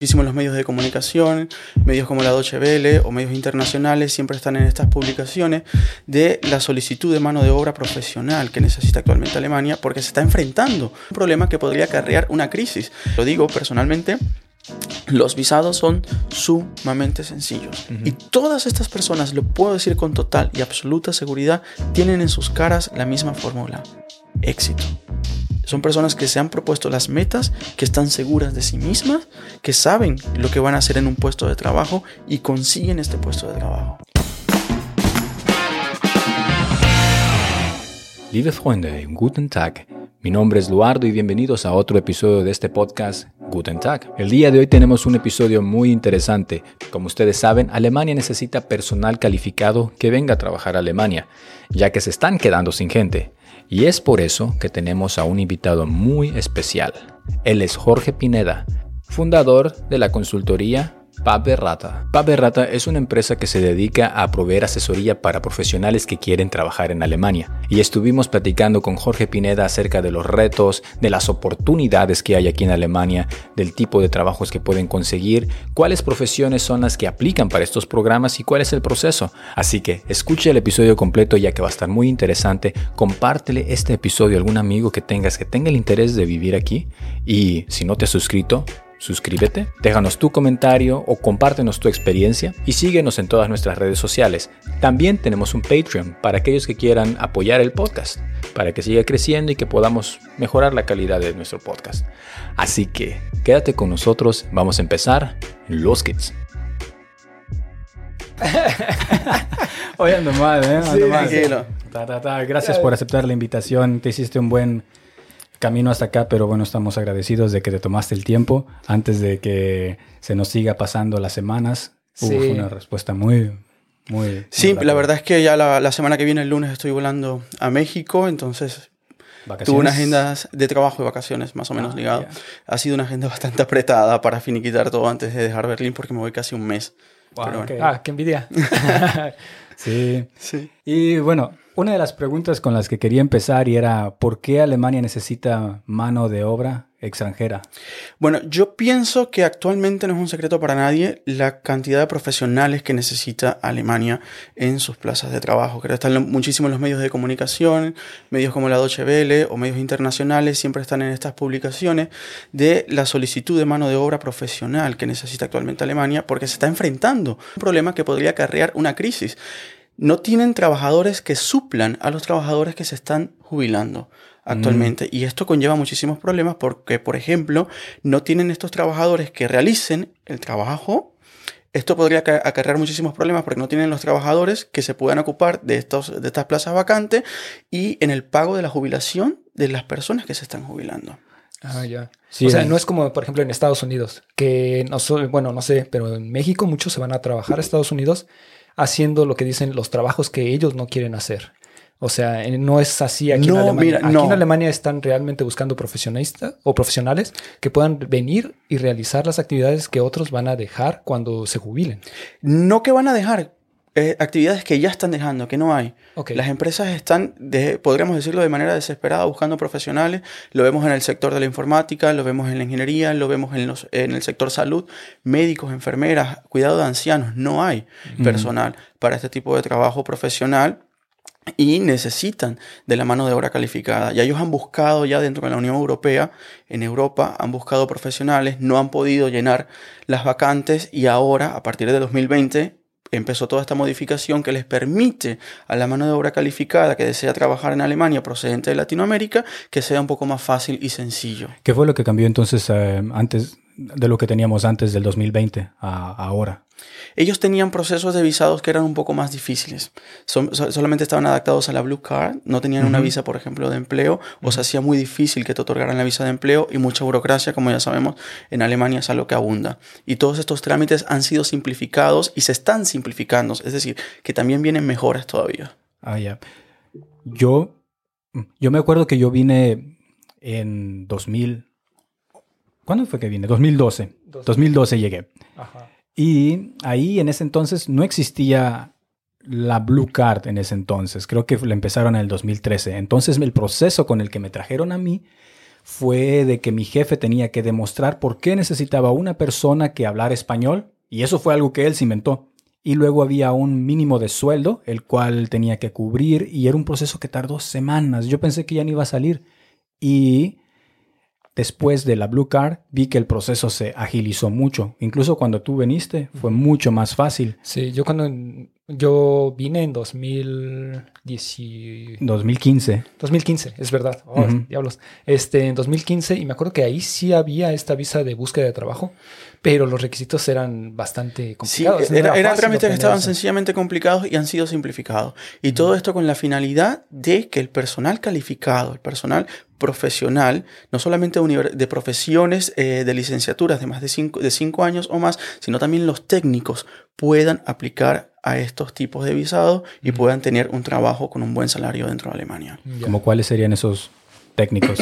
Muchísimos los medios de comunicación, medios como la Deutsche Welle o medios internacionales siempre están en estas publicaciones de la solicitud de mano de obra profesional que necesita actualmente Alemania porque se está enfrentando a un problema que podría acarrear una crisis. Lo digo personalmente, los visados son sumamente sencillos y todas estas personas, lo puedo decir con total y absoluta seguridad, tienen en sus caras la misma fórmula: éxito. Son personas que se han propuesto las metas, que están seguras de sí mismas, que saben lo que van a hacer en un puesto de trabajo y consiguen este puesto de trabajo. Liebe Freunde, guten Tag. Mi nombre es Luardo y bienvenidos a otro episodio de este podcast, Guten Tag. El día de hoy tenemos un episodio muy interesante. Como ustedes saben, Alemania necesita personal calificado que venga a trabajar a Alemania, ya que se están quedando sin gente. Y es por eso que tenemos a un invitado muy especial. Él es Jorge Pineda, fundador de la consultoría Paperrata. Paperrata es una empresa que se dedica a proveer asesoría para profesionales que quieren trabajar en Alemania. Y estuvimos platicando con Jorge Pineda acerca de los retos, de las oportunidades que hay aquí en Alemania, del tipo de trabajos que pueden conseguir, cuáles profesiones son las que aplican para estos programas y cuál es el proceso. Así que escuche el episodio completo ya que va a estar muy interesante. Compártele este episodio a algún amigo que tenga el interés de vivir aquí. Y si no te has suscrito, suscríbete, déjanos tu comentario o compártenos tu experiencia y síguenos en todas nuestras redes sociales. También tenemos un Patreon para aquellos que quieran apoyar el podcast, para que siga creciendo y que podamos mejorar la calidad de nuestro podcast. Así que quédate con nosotros, vamos a empezar. Los kids. Hoy ando mal, Ando mal. Gracias por aceptar la invitación, te hiciste un buen camino hasta acá, pero bueno, estamos agradecidos de que te tomaste el tiempo antes de que se nos siga pasando las semanas. Fue una respuesta muy Sí, muy la verdad es que ya la semana que viene, el lunes, estoy volando a México, entonces tuve una agenda de trabajo y vacaciones más o menos ligado. Yeah. Ha sido una agenda bastante apretada para finiquitar todo antes de dejar Berlín porque me voy casi un mes. Wow, Pero okay. bueno. ¡Qué envidia! Sí. Y bueno, una de las preguntas con las que quería empezar y era ¿por qué Alemania necesita mano de obra extranjera? Bueno, yo pienso que actualmente no es un secreto para nadie la cantidad de profesionales que necesita Alemania en sus plazas de trabajo. Creo que están muchísimos los medios de comunicación, medios como la Deutsche Welle o medios internacionales siempre están en estas publicaciones de la solicitud de mano de obra profesional que necesita actualmente Alemania porque se está enfrentando a un problema que podría acarrear una crisis. No tienen trabajadores que suplan a los trabajadores que se están jubilando actualmente. Y esto conlleva muchísimos problemas porque, por ejemplo, no tienen estos trabajadores que realicen el trabajo. Esto podría acarrear muchísimos problemas porque no tienen los trabajadores que se puedan ocupar de estas plazas vacantes y en el pago de la jubilación de las personas que se están jubilando. Ah, ya. Sí, o sea, no es como, por ejemplo, en Estados Unidos, que no sé, pero en México muchos se van a trabajar a Estados Unidos haciendo lo que dicen los trabajos que ellos no quieren hacer. O sea, no es así aquí en Alemania. Aquí en Alemania están realmente buscando profesionistas o profesionales que puedan venir y realizar las actividades que otros van a dejar cuando se jubilen. No que van a dejar. Actividades que ya están dejando, que no hay. Okay. Las empresas están, podríamos decirlo de manera desesperada, buscando profesionales. Lo vemos en el sector de la informática, lo vemos en la ingeniería, lo vemos en el sector salud, médicos, enfermeras, cuidado de ancianos. No hay personal para este tipo de trabajo profesional y necesitan de la mano de obra calificada. Ya ellos han buscado ya dentro de la Unión Europea, en Europa, han buscado profesionales, no han podido llenar las vacantes y ahora, a partir de 2020, empezó toda esta modificación que les permite a la mano de obra calificada que desea trabajar en Alemania procedente de Latinoamérica que sea un poco más fácil y sencillo. ¿Qué fue lo que cambió entonces antes de lo que teníamos antes del 2020 a ahora? Ellos tenían procesos de visados que eran un poco más difíciles. Solamente estaban adaptados a la Blue Card, no tenían una visa, por ejemplo, de empleo, o se hacía muy difícil que te otorgaran la visa de empleo y mucha burocracia, como ya sabemos, en Alemania es algo que abunda. Y todos estos trámites han sido simplificados y se están simplificando, es decir, que también vienen mejores todavía. Ah, ya. Yo me acuerdo que yo vine en 2000. ¿Cuándo fue que vine? 2012. 2012 llegué. Ajá. Y ahí en ese entonces no existía la Blue Card en ese entonces. Creo que la empezaron en el 2013. Entonces el proceso con el que me trajeron a mí fue de que mi jefe tenía que demostrar por qué necesitaba una persona que hablara español, y eso fue algo que él se inventó. Y luego había un mínimo de sueldo, el cual tenía que cubrir, y era un proceso que tardó semanas. Yo pensé que ya no iba a salir. Y después de la Blue Card, vi que el proceso se agilizó mucho. Incluso cuando tú viniste, fue mucho más fácil. Sí, yo vine en 2015, es verdad. Oh, diablos. En 2015, y me acuerdo que ahí sí había esta visa de búsqueda de trabajo, pero los requisitos eran bastante complicados. Sí, eran trámites que estaban sencillamente complicados y han sido simplificados. Y todo esto con la finalidad de que el personal calificado, el personal profesional, no solamente de profesiones de licenciaturas de más de 5 años o más, sino también los técnicos puedan aplicar a estos tipos de visados y puedan tener un trabajo con un buen salario dentro de Alemania. ¿Cómo cuáles serían esos técnicos?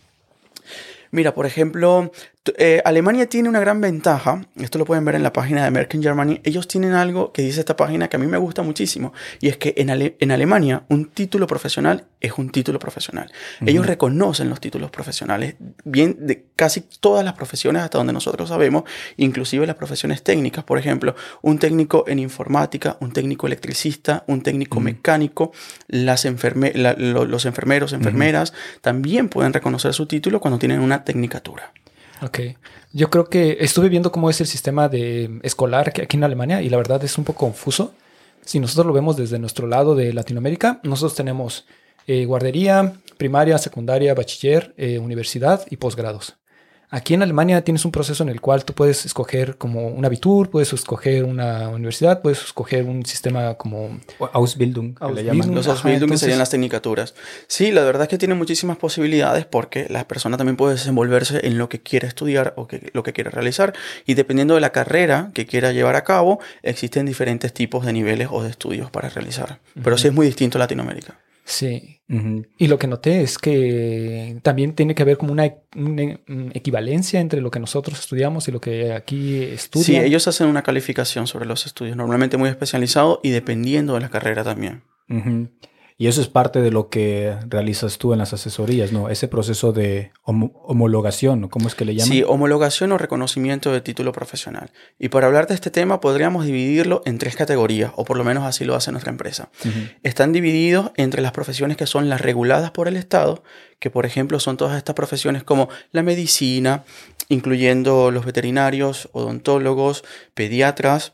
Mira, por ejemplo, Alemania tiene una gran ventaja, esto lo pueden ver en la página de Merck in Germany. Ellos tienen algo que dice esta página que a mí me gusta muchísimo, y es que en Alemania un título profesional es un título profesional. Ellos reconocen los títulos profesionales bien de casi todas las profesiones hasta donde nosotros sabemos, inclusive las profesiones técnicas. Por ejemplo, un técnico en informática, un técnico electricista, un técnico mecánico, los enfermeros, enfermeras, también pueden reconocer su título cuando tienen una tecnicatura. Ok. Yo creo que estuve viendo cómo es el sistema escolar que aquí en Alemania, y la verdad es un poco confuso. Si nosotros lo vemos desde nuestro lado de Latinoamérica, nosotros tenemos guardería, primaria, secundaria, bachiller, universidad y posgrados. Aquí en Alemania tienes un proceso en el cual tú puedes escoger como un Abitur, puedes escoger una universidad, puedes escoger un sistema como... Ausbildung, que le llaman. Los Ausbildung serían las tecnicaturas. Sí, la verdad es que tiene muchísimas posibilidades porque la persona también puede desenvolverse en lo que quiere estudiar o lo que quiere realizar. Y dependiendo de la carrera que quiera llevar a cabo, existen diferentes tipos de niveles o de estudios para realizar. Pero sí es muy distinto a Latinoamérica. Sí. Y lo que noté es que también tiene que haber como una equivalencia entre lo que nosotros estudiamos y lo que aquí estudian. Sí, ellos hacen una calificación sobre los estudios, normalmente muy especializado y dependiendo de la carrera también. Y eso es parte de lo que realizas tú en las asesorías, ¿no? Ese proceso de homologación, ¿no? ¿Cómo es que le llaman? Sí, homologación o reconocimiento de título profesional. Y para hablar de este tema podríamos dividirlo en 3 categorías, o por lo menos así lo hace nuestra empresa. Están divididos entre las profesiones que son las reguladas por el Estado, que por ejemplo son todas estas profesiones como la medicina, incluyendo los veterinarios, odontólogos, pediatras,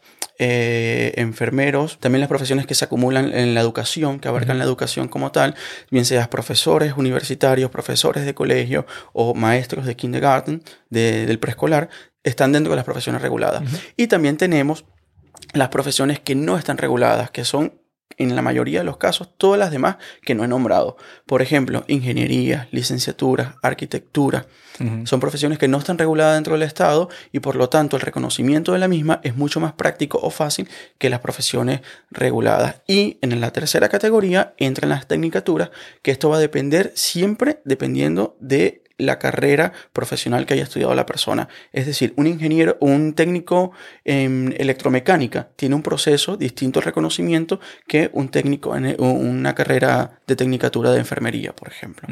enfermeros, también las profesiones que se acumulan en la educación, que abarcan la educación como tal, bien seas profesores universitarios, profesores de colegio o maestros de kindergarten, del preescolar, están dentro de las profesiones reguladas. Y también tenemos las profesiones que no están reguladas, que son en la mayoría de los casos todas las demás que no he nombrado. Por ejemplo, ingeniería, licenciatura, arquitectura. Son profesiones que no están reguladas dentro del Estado y por lo tanto el reconocimiento de la misma es mucho más práctico o fácil que las profesiones reguladas. Y en la tercera categoría entran las tecnicaturas, que esto va a depender siempre dependiendo de la carrera profesional que haya estudiado la persona. Es decir, un ingeniero, un técnico en electromecánica tiene un proceso distinto al reconocimiento que un técnico en una carrera de tecnicatura de enfermería, por ejemplo.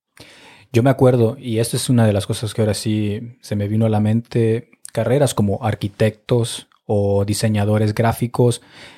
Yo me acuerdo, y esto es una de las cosas que ahora sí se me vino a la mente, carreras como arquitectos o diseñadores gráficos,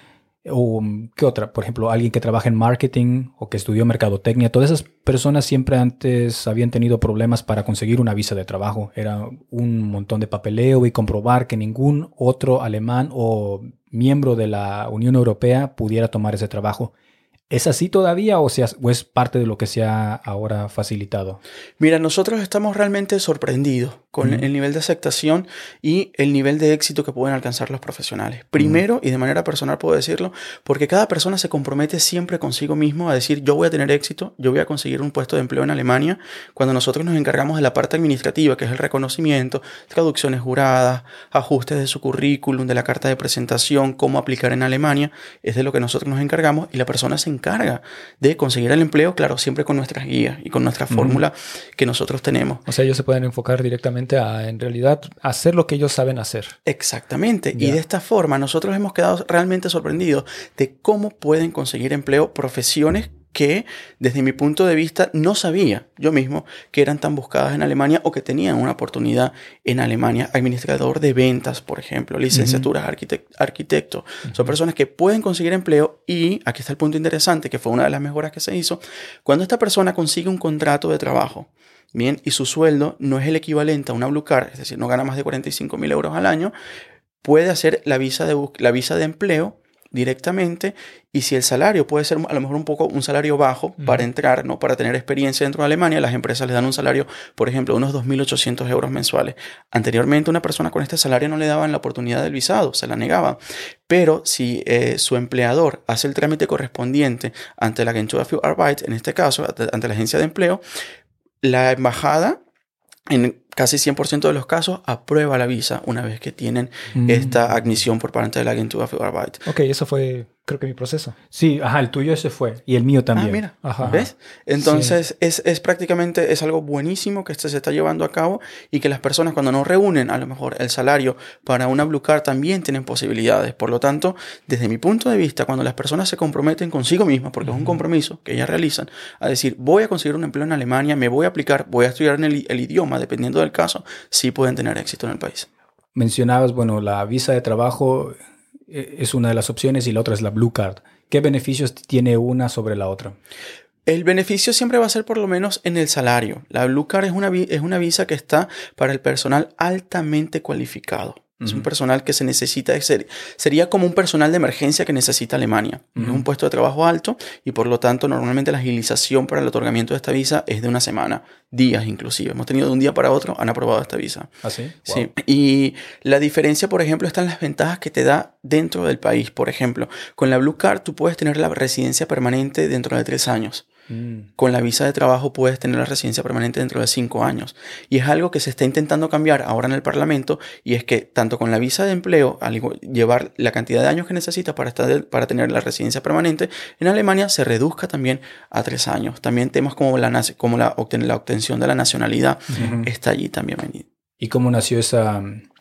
o ¿qué otra? Por ejemplo, alguien que trabaja en marketing o que estudió mercadotecnia. Todas esas personas siempre antes habían tenido problemas para conseguir una visa de trabajo. Era un montón de papeleo y comprobar que ningún otro alemán o miembro de la Unión Europea pudiera tomar ese trabajo. ¿Es así todavía o es parte de lo que se ha ahora facilitado? Mira, nosotros estamos realmente sorprendidos con el nivel de aceptación y el nivel de éxito que pueden alcanzar los profesionales. Primero, y de manera personal puedo decirlo, porque cada persona se compromete siempre consigo mismo a decir, yo voy a tener éxito, yo voy a conseguir un puesto de empleo en Alemania. Cuando nosotros nos encargamos de la parte administrativa, que es el reconocimiento, traducciones juradas, ajustes de su currículum, de la carta de presentación, cómo aplicar en Alemania, es de lo que nosotros nos encargamos y la persona se encarga de conseguir el empleo, claro, siempre con nuestras guías y con nuestra fórmula que nosotros tenemos. O sea, ellos se pueden enfocar directamente a, en realidad, hacer lo que ellos saben hacer. Exactamente. Y de esta forma nosotros hemos quedado realmente sorprendidos de cómo pueden conseguir empleo profesiones que desde mi punto de vista no sabía yo mismo que eran tan buscadas en Alemania o que tenían una oportunidad en Alemania. Administrador de ventas, por ejemplo, licenciaturas, arquitecto. Son personas que pueden conseguir empleo y aquí está el punto interesante, que fue una de las mejoras que se hizo. Cuando esta persona consigue un contrato de trabajo, bien, y su sueldo no es el equivalente a una Blue Card, es decir, no gana más de 45.000 euros al año, puede hacer la visa de empleo directamente, y si el salario puede ser a lo mejor un salario bajo para entrar, ¿no? Para tener experiencia dentro de Alemania, las empresas les dan un salario, por ejemplo, unos 2.800 euros mensuales. Anteriormente, una persona con este salario no le daban la oportunidad del visado, se la negaban. Pero si su empleador hace el trámite correspondiente ante la Agentur für Arbeit, en este caso, ante la agencia de empleo, la embajada, en casi 100% de los casos, aprueba la visa una vez que tienen esta admisión por parte de la Agentur für Arbeit. Ok, eso fue, creo que mi proceso. Sí, el tuyo ese fue. Y el mío también. Mira, ajá. ¿ves? Entonces, sí. es prácticamente, es algo buenísimo que se está llevando a cabo y que las personas cuando no reúnen a lo mejor el salario para una Blue Card también tienen posibilidades. Por lo tanto, desde mi punto de vista, cuando las personas se comprometen consigo mismas, porque es un compromiso que ellas realizan, a decir, voy a conseguir un empleo en Alemania, me voy a aplicar, voy a estudiar en el idioma, dependiendo del caso, sí pueden tener éxito en el país. Mencionabas, bueno, la visa de trabajo es una de las opciones y la otra es la Blue Card. ¿Qué beneficios tiene una sobre la otra? El beneficio siempre va a ser por lo menos en el salario. La Blue Card es una visa que está para el personal altamente cualificado. Es un personal que se necesita, sería como un personal de emergencia que necesita Alemania. Es un puesto de trabajo alto y por lo tanto normalmente la agilización para el otorgamiento de esta visa es de una semana, días inclusive. Hemos tenido de un día para otro, han aprobado esta visa. ¿Ah, sí? Wow. Sí. Y la diferencia, por ejemplo, está en las ventajas que te da dentro del país. Por ejemplo, con la Blue Card tú puedes tener la residencia permanente dentro de 3 años. Con la visa de trabajo puedes tener la residencia permanente dentro de 5 años. Y es algo que se está intentando cambiar ahora en el Parlamento, y es que tanto con la visa de empleo, al llevar la cantidad de años que necesita para tener la residencia permanente, en Alemania se reduzca también a 3 años. También temas como la obtención de la nacionalidad está allí también. ¿Y cómo nació esa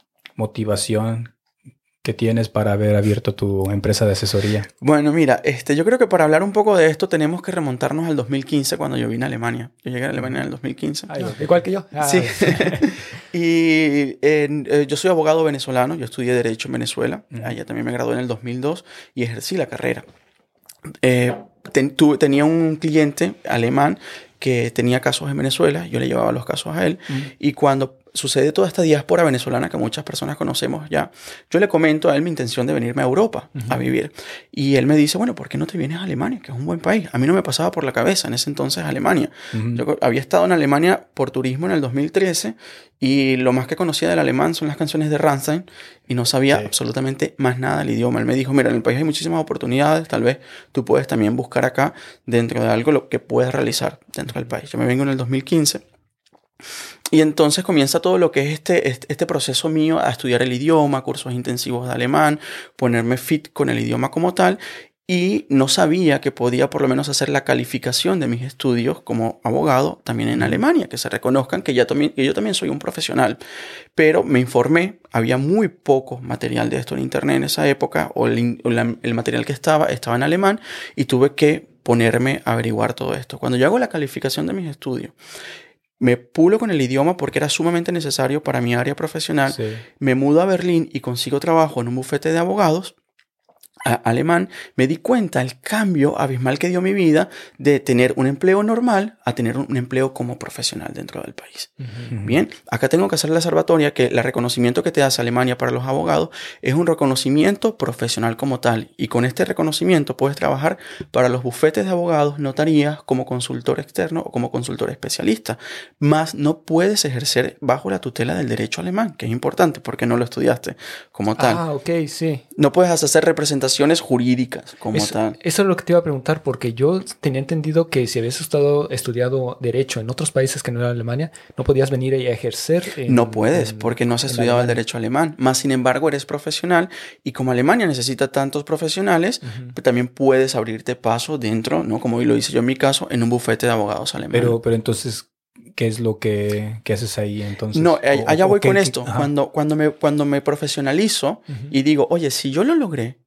motivación que tienes para haber abierto tu empresa de asesoría? Bueno, mira, yo creo que para hablar un poco de esto tenemos que remontarnos al 2015 cuando yo vine a Alemania. Yo llegué a Alemania en el 2015. Igual que yo. Sí. Y yo soy abogado venezolano, yo estudié Derecho en Venezuela. Allá también me gradué en el 2002 y ejercí la carrera. Tenía un cliente alemán que tenía casos en Venezuela, yo le llevaba los casos a él, y cuando sucede toda esta diáspora venezolana que muchas personas conocemos ya, yo le comento a él mi intención de venirme a Europa a vivir, y él me dice, bueno, ¿por qué no te vienes a Alemania? Que es un buen país. A mí no me pasaba por la cabeza en ese entonces Alemania. Yo había estado en Alemania por turismo en el 2013, y lo más que conocía del alemán son las canciones de Rammstein, y no sabía absolutamente más nada del idioma. Él me dijo, mira, en el país hay muchísimas oportunidades, tal vez tú puedes también buscar acá dentro de algo lo que puedas realizar dentro del país. Yo me vengo en el 2015 y entonces comienza todo lo que es este proceso mío a estudiar el idioma, cursos intensivos de alemán, ponerme fit con el idioma como tal. Y no sabía que podía por lo menos hacer la calificación de mis estudios como abogado también en Alemania, que se reconozcan que yo también soy un profesional. Pero me informé, había muy poco material de esto en internet en esa época, o el material que estaba en alemán, y tuve que ponerme a averiguar todo esto. Cuando yo hago la calificación de mis estudios, me pulo con el idioma porque era sumamente necesario para mi área profesional. Me mudo a Berlín y consigo trabajo en un bufete de abogados alemán. Me di cuenta el cambio abismal que dio mi vida de tener un empleo normal a tener un empleo como profesional dentro del país. Bien, acá tengo que hacer la observatoria que el reconocimiento que te hace Alemania para los abogados es un reconocimiento profesional como tal, y con este reconocimiento puedes trabajar para los bufetes de abogados, notarías, como consultor externo o como consultor especialista, más no puedes ejercer bajo la tutela del derecho alemán, que es importante porque no lo estudiaste como tal. Ok, sí. No puedes hacer representaciones jurídicas como tal. Eso es lo que te iba a preguntar, porque yo tenía entendido que si habías estudiado Derecho en otros países que no era Alemania, no podías venir a ejercer. No puedes, porque no has estudiado el derecho alemán. Más sin embargo, eres profesional, y como Alemania necesita tantos profesionales, también puedes abrirte paso dentro, ¿no? Como lo hice yo en mi caso, en un bufete de abogados alemanes. Pero entonces, ¿qué es lo que haces ahí entonces? No, allá voy con esto. Cuando me profesionalizo y digo, oye, si yo lo logré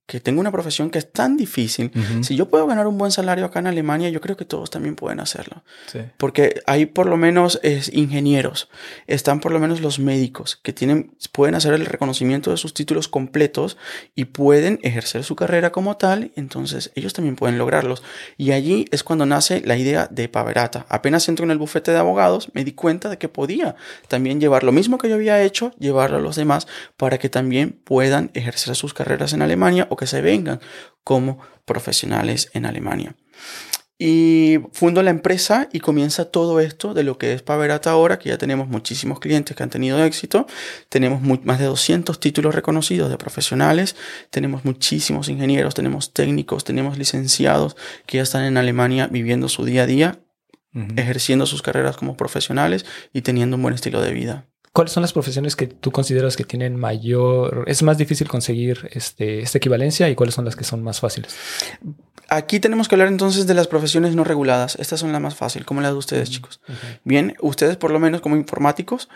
que tengo una profesión que es tan difícil, si yo puedo ganar un buen salario acá en Alemania, yo creo que todos también pueden hacerlo. Sí. Porque hay por lo menos ingenieros, están por lo menos los médicos que pueden hacer el reconocimiento de sus títulos completos y pueden ejercer su carrera como tal, entonces ellos también pueden lograrlos. Y allí es cuando nace la idea de Paverata. Apenas entro en el bufete de abogados, me di cuenta de que podía también llevar lo mismo que yo había hecho, llevarlo a los demás para que también puedan ejercer sus carreras en Alemania o que se vengan como profesionales en Alemania. Y fundo la empresa y comienza todo esto de lo que es Paverata ahora, que ya tenemos muchísimos clientes que han tenido éxito, tenemos más de 200 títulos reconocidos de profesionales, tenemos muchísimos ingenieros, tenemos técnicos, tenemos licenciados que ya están en Alemania viviendo su día a día, ejerciendo sus carreras como profesionales y teniendo un buen estilo de vida. ¿Cuáles son las profesiones que tú consideras que tienen es más difícil conseguir esta equivalencia y cuáles son las que son más fáciles? Aquí tenemos que hablar entonces de las profesiones no reguladas. Estas son las más fáciles, como las de ustedes, chicos. Bien, ustedes por lo menos como informáticos,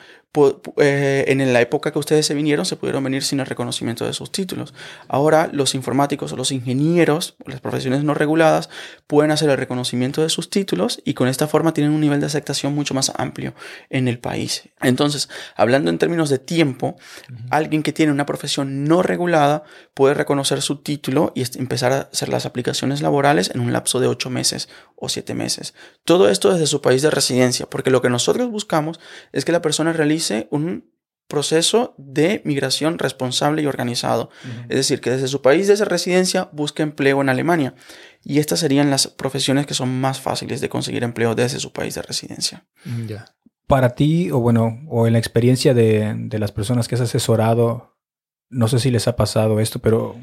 en la época que ustedes se vinieron, se pudieron venir sin el reconocimiento de sus títulos. Ahora los informáticos o los ingenieros, las profesiones no reguladas, pueden hacer el reconocimiento de sus títulos y con esta forma tienen un nivel de aceptación mucho más amplio en el país. Entonces, hablando en términos de tiempo, alguien que tiene una profesión no regulada puede reconocer su título y empezar a hacer las aplicaciones laborales en un lapso de 8 meses o 7 meses. Todo esto desde su país de residencia, porque lo que nosotros buscamos es que la persona realice un proceso de migración responsable y organizado. Es decir, que desde su país de residencia busque empleo en Alemania. Y estas serían las profesiones que son más fáciles de conseguir empleo desde su país de residencia. Ya. Para ti, o en la experiencia de las personas que has asesorado, no sé si les ha pasado esto, pero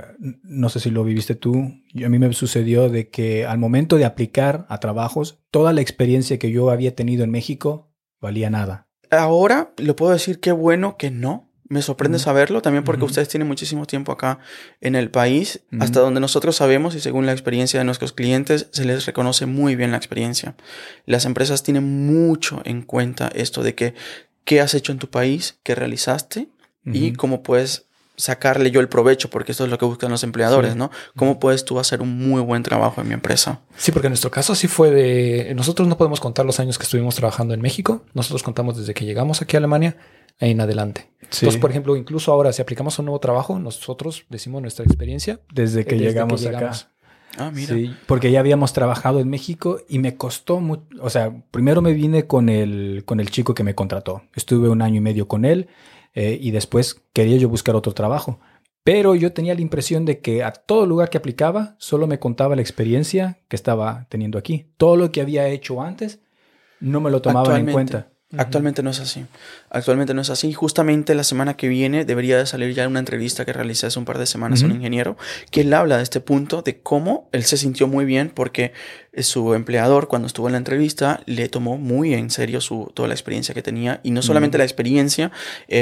no sé si lo viviste tú. A mí me sucedió de que al momento de aplicar a trabajos, toda la experiencia que yo había tenido en México valía nada. Ahora le puedo decir qué bueno que no. Me sorprende saberlo también porque ustedes tienen muchísimo tiempo acá en el país. Hasta donde nosotros sabemos y según la experiencia de nuestros clientes, se les reconoce muy bien la experiencia. Las empresas tienen mucho en cuenta esto de qué has hecho en tu país, qué realizaste y cómo puedes sacarle yo el provecho, porque esto es lo que buscan los empleadores, ¿no? ¿Cómo puedes tú hacer un muy buen trabajo en mi empresa? Sí, porque en nuestro caso sí fue nosotros no podemos contar los años que estuvimos trabajando en México. Nosotros contamos desde que llegamos aquí a Alemania en adelante. Sí. Entonces, por ejemplo, incluso ahora si aplicamos a un nuevo trabajo, nosotros decimos nuestra experiencia desde que llegamos acá. Ah, mira. Sí, porque ya habíamos trabajado en México y me costó mucho. O sea, primero me vine con el chico que me contrató. Estuve 1 año y medio con él y después quería yo buscar otro trabajo. Pero yo tenía la impresión de que a todo lugar que aplicaba solo me contaba la experiencia que estaba teniendo aquí. Todo lo que había hecho antes no me lo tomaban en cuenta. Actualmente no es así. Actualmente no es así. Justamente la semana que viene debería de salir ya una entrevista que realicé hace un par de semanas a un ingeniero que él habla de este punto de cómo él se sintió muy bien porque su empleador cuando estuvo en la entrevista le tomó muy en serio toda la experiencia que tenía y no solamente la experiencia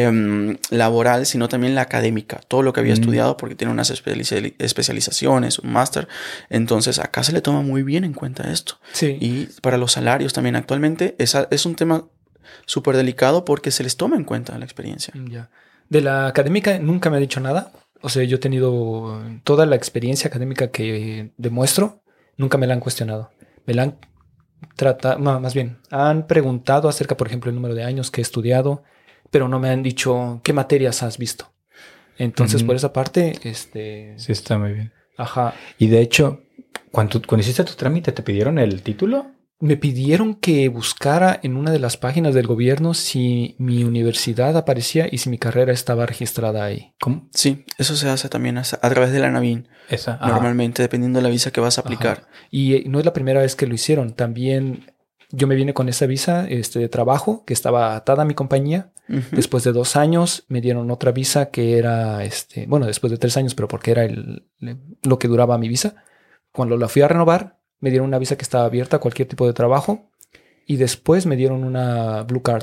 laboral sino también la académica, todo lo que había estudiado porque tiene unas especializaciones, un máster. Entonces acá se le toma muy bien en cuenta esto. Sí. Y para los salarios también actualmente es un tema súper delicado porque se les toma en cuenta la experiencia. Ya. De la académica nunca me ha dicho nada. O sea, yo he tenido toda la experiencia académica que demuestro, nunca me la han cuestionado. Me la han tratado, no, más bien, han preguntado acerca, por ejemplo, el número de años que he estudiado, pero no me han dicho qué materias has visto. Entonces, por esa parte, sí, está muy bien. Ajá. Y de hecho, cuando hiciste tu trámite, ¿te pidieron el título? Me pidieron que buscara en una de las páginas del gobierno si mi universidad aparecía y si mi carrera estaba registrada ahí. ¿Cómo? Sí, eso se hace también a través de la NAVIN. Normalmente, dependiendo de la visa que vas a aplicar. Ajá. Y no es la primera vez que lo hicieron. También yo me vine con esa visa de trabajo que estaba atada a mi compañía. Después de 2 años me dieron otra visa que era, después de 3 años, pero porque era lo que duraba mi visa. Cuando la fui a renovar, me dieron una visa que estaba abierta a cualquier tipo de trabajo y después me dieron una Blue Card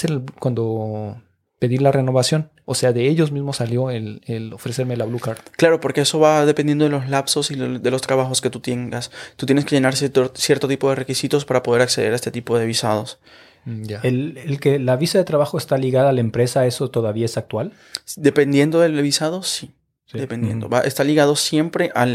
cuando pedí la renovación. O sea, de ellos mismos salió el ofrecerme la Blue Card. Claro, porque eso va dependiendo de los lapsos y de los trabajos que tú tengas. Tú tienes que llenar cierto tipo de requisitos para poder acceder a este tipo de visados. Ya. ¿El que la visa de trabajo está ligada a la empresa, eso todavía es actual? Dependiendo del visado, sí. Sí. Dependiendo. Está ligado siempre a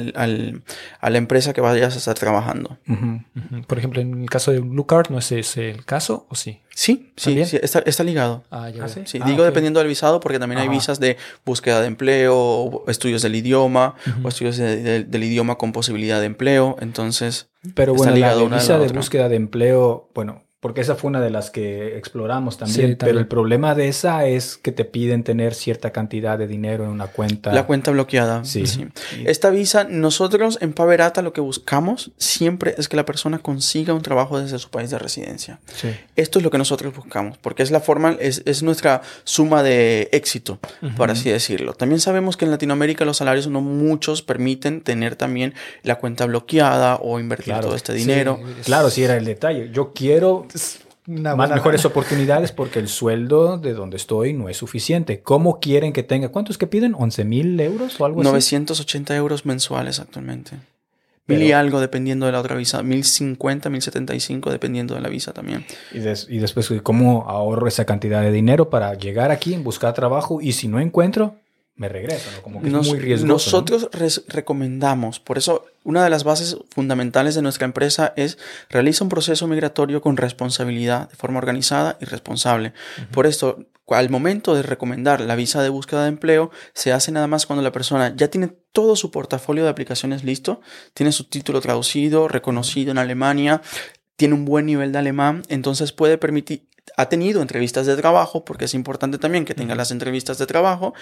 la empresa que vayas a estar trabajando. Por ejemplo, en el caso de Blue Card, ¿no es ese el caso o sí? Sí, está ligado. Ya Sí, ¿sí? digo dependiendo del visado porque también hay Ajá. visas de búsqueda de empleo, o estudios del idioma, o estudios del idioma con posibilidad de empleo. Entonces, pero está bueno, ligado la una visa a la de otra. búsqueda de empleo, bueno, porque esa fue una de las que exploramos también, Sí, también. pero el problema de esa es que te piden tener cierta cantidad de dinero en una cuenta. La cuenta bloqueada. Sí. Esta visa, nosotros en Paverata lo que buscamos siempre es que la persona consiga un trabajo desde su país de residencia. Sí. Esto es lo que nosotros buscamos, porque es la forma, es nuestra suma de éxito, por así decirlo. También sabemos que en Latinoamérica los salarios no muchos permiten tener también la cuenta bloqueada o invertir todo este dinero. Claro, sí era el detalle. Yo quiero más mejores oportunidades porque el sueldo de donde estoy no es suficiente. ¿Cómo quieren que tenga? ¿Cuántos que piden? ¿11,000 euros o algo así? 980 euros mensuales actualmente. Pero- 1,000 y algo dependiendo de la otra visa. 1,050, 1,075 dependiendo de la visa también. Y después, ¿cómo ahorro esa cantidad de dinero para llegar aquí, buscar trabajo? Y si no encuentro, me regreso, ¿no? Como que es muy riesgoso. Nosotros recomendamos, por eso una de las bases fundamentales de nuestra empresa es realiza un proceso migratorio con responsabilidad, de forma organizada y responsable. Por esto, al momento de recomendar la visa de búsqueda de empleo, se hace nada más cuando la persona ya tiene todo su portafolio de aplicaciones listo, tiene su título traducido, reconocido en Alemania, tiene un buen nivel de alemán, entonces puede permitir... Ha tenido entrevistas de trabajo, porque es importante también que tenga las entrevistas de trabajo,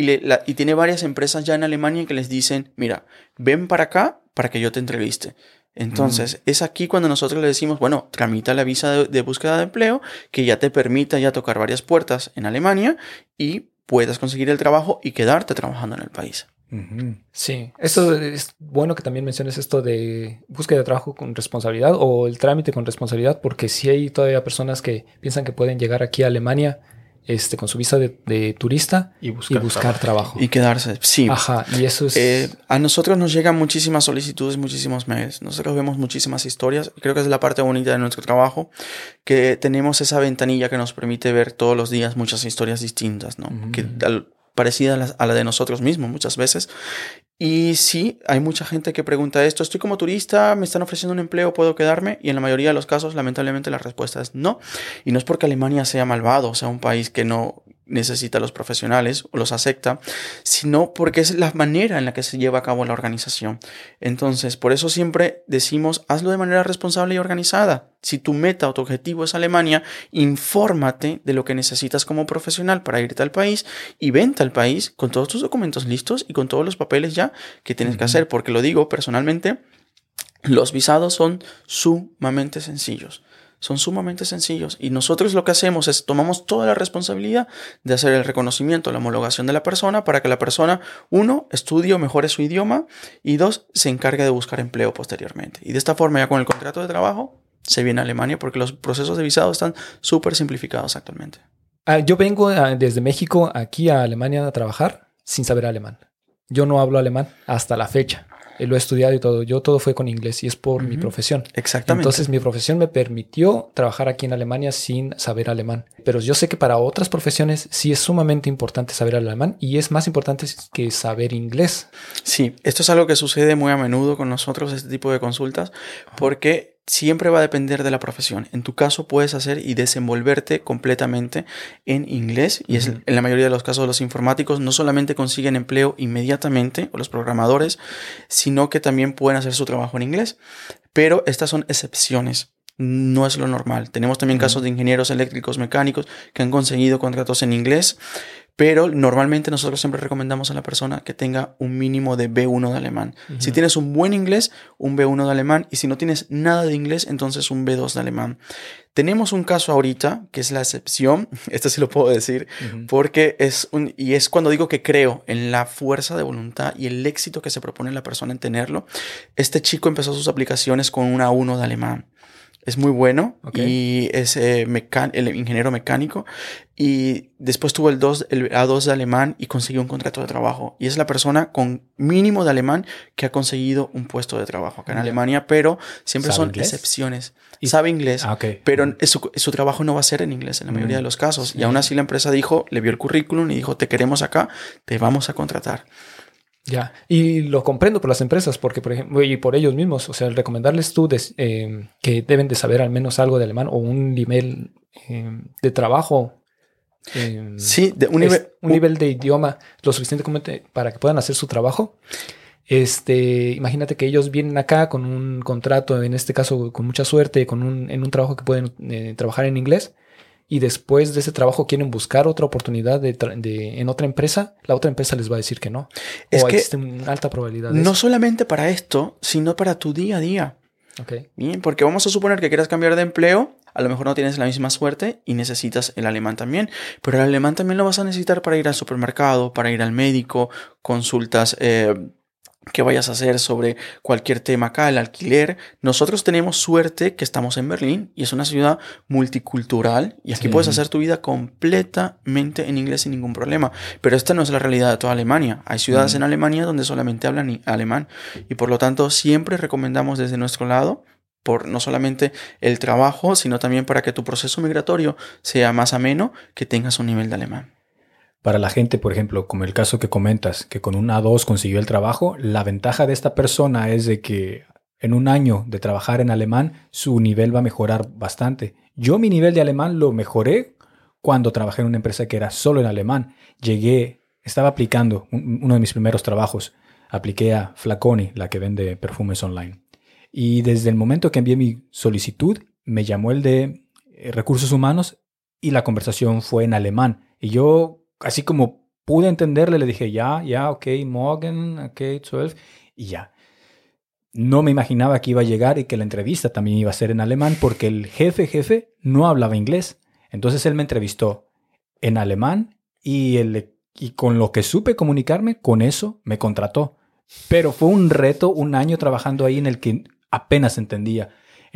y tiene varias empresas ya en Alemania que les dicen, mira, ven para acá para que yo te entreviste. Entonces, es aquí cuando nosotros le decimos, bueno, tramita la visa de búsqueda de empleo, que ya te permita ya tocar varias puertas en Alemania y puedas conseguir el trabajo y quedarte trabajando en el país. Sí, esto es bueno que también menciones esto de búsqueda de trabajo con responsabilidad o el trámite con responsabilidad, porque sí hay todavía personas que piensan que pueden llegar aquí a Alemania con su visa de turista y buscar trabajo. Y quedarse, sí. Ajá, y eso es... a nosotros nos llegan muchísimas solicitudes, muchísimos mails. Nosotros vemos muchísimas historias. Creo que es la parte bonita de nuestro trabajo, que tenemos esa ventanilla que nos permite ver todos los días muchas historias distintas, ¿no? Parecida a la de nosotros mismos muchas veces. Y sí, hay mucha gente que pregunta esto, estoy como turista, me están ofreciendo un empleo, ¿puedo quedarme? Y en la mayoría de los casos, lamentablemente, la respuesta es no. Y no es porque Alemania sea malvado, o sea, un país que no necesita a los profesionales o los acepta, sino porque es la manera en la que se lleva a cabo la organización. Entonces, por eso siempre decimos, hazlo de manera responsable y organizada. Si tu meta o tu objetivo es Alemania, infórmate de lo que necesitas como profesional para irte al país y vente al país con todos tus documentos listos y con todos los papeles ya que tienes que hacer. Porque lo digo personalmente, los visados son sumamente sencillos. Son sumamente sencillos y nosotros lo que hacemos es tomamos toda la responsabilidad de hacer el reconocimiento, la homologación de la persona para que la persona, uno, estudie o mejore su idioma y dos, se encargue de buscar empleo posteriormente. Y de esta forma ya con el contrato de trabajo se viene a Alemania porque los procesos de visado están súper simplificados actualmente. Yo vengo desde México aquí a Alemania a trabajar sin saber alemán. Yo no hablo alemán hasta la fecha. Lo he estudiado y todo. Yo todo fue con inglés y es por mi profesión. Exactamente. Entonces mi profesión me permitió trabajar aquí en Alemania sin saber alemán. Pero yo sé que para otras profesiones sí es sumamente importante saber alemán y es más importante que saber inglés. Sí, esto es algo que sucede muy a menudo con nosotros, este tipo de consultas, porque siempre va a depender de la profesión. En tu caso puedes hacer y desenvolverte completamente en inglés y es, en la mayoría de los casos los informáticos no solamente consiguen empleo inmediatamente o los programadores, sino que también pueden hacer su trabajo en inglés. Pero estas son excepciones. No es lo normal. Tenemos también casos de ingenieros eléctricos, mecánicos que han conseguido contratos en inglés, pero normalmente nosotros siempre recomendamos a la persona que tenga un mínimo de B1 de alemán. Si tienes un buen inglés, un B1 de alemán, y si no tienes nada de inglés, entonces un B2 de alemán. Tenemos un caso ahorita, que es la excepción, este sí lo puedo decir, porque es cuando digo que creo en la fuerza de voluntad y el éxito que se propone la persona en tenerlo. Este chico empezó sus aplicaciones con un A1 de alemán. Es muy bueno y es el ingeniero mecánico y después tuvo el A2 de alemán y consiguió un contrato de trabajo. Y es la persona con mínimo de alemán que ha conseguido un puesto de trabajo acá en Alemania, pero siempre son excepciones. Sabe inglés, pero su trabajo no va a ser en inglés en la mayoría de los casos. Y aún así la empresa le vio el currículum y dijo, te queremos acá, te vamos a contratar. Ya, y lo comprendo por las empresas, porque por ejemplo, y por ellos mismos, o sea, el recomendarles tú que deben de saber al menos algo de alemán o un nivel de trabajo. Sí, un nivel de idioma lo suficiente para que puedan hacer su trabajo. Imagínate que ellos vienen acá con un contrato, en este caso con mucha suerte, en un trabajo que pueden trabajar en inglés. Y después de ese trabajo quieren buscar otra oportunidad en otra empresa, la otra empresa les va a decir que no. Es o que existe una alta probabilidad de no eso. solamente para esto, sino para tu día a día. Okay. Bien, porque vamos a suponer que quieras cambiar de empleo, a lo mejor no tienes la misma suerte y necesitas el alemán también, pero el alemán también lo vas a necesitar para ir al supermercado, para ir al médico, consultas que vayas a hacer sobre cualquier tema acá, el alquiler. Nosotros tenemos suerte que estamos en Berlín y es una ciudad multicultural y aquí puedes hacer tu vida completamente en inglés sin ningún problema. Pero esta no es la realidad de toda Alemania. Hay ciudades en Alemania donde solamente hablan alemán y por lo tanto siempre recomendamos desde nuestro lado, por no solamente el trabajo, sino también para que tu proceso migratorio sea más ameno, que tengas un nivel de alemán. Para la gente, por ejemplo, como el caso que comentas, que con un A2 consiguió el trabajo, la ventaja de esta persona es de que en un año de trabajar en alemán, su nivel va a mejorar bastante. Yo mi nivel de alemán lo mejoré cuando trabajé en una empresa que era solo en alemán. Estaba aplicando uno de mis primeros trabajos. Apliqué a Flaconi, la que vende perfumes online. Y desde el momento que envié mi solicitud, me llamó el de Recursos Humanos y la conversación fue en alemán. Y yo, así como pude entenderle, le dije, ok, morgen, ok, 12, y ya. No me imaginaba que iba a llegar y que la entrevista también iba a ser en alemán porque el jefe no hablaba inglés. Entonces él me entrevistó en alemán y con lo que supe comunicarme, con eso me contrató. Pero fue un reto, un año trabajando ahí en el que apenas entendía.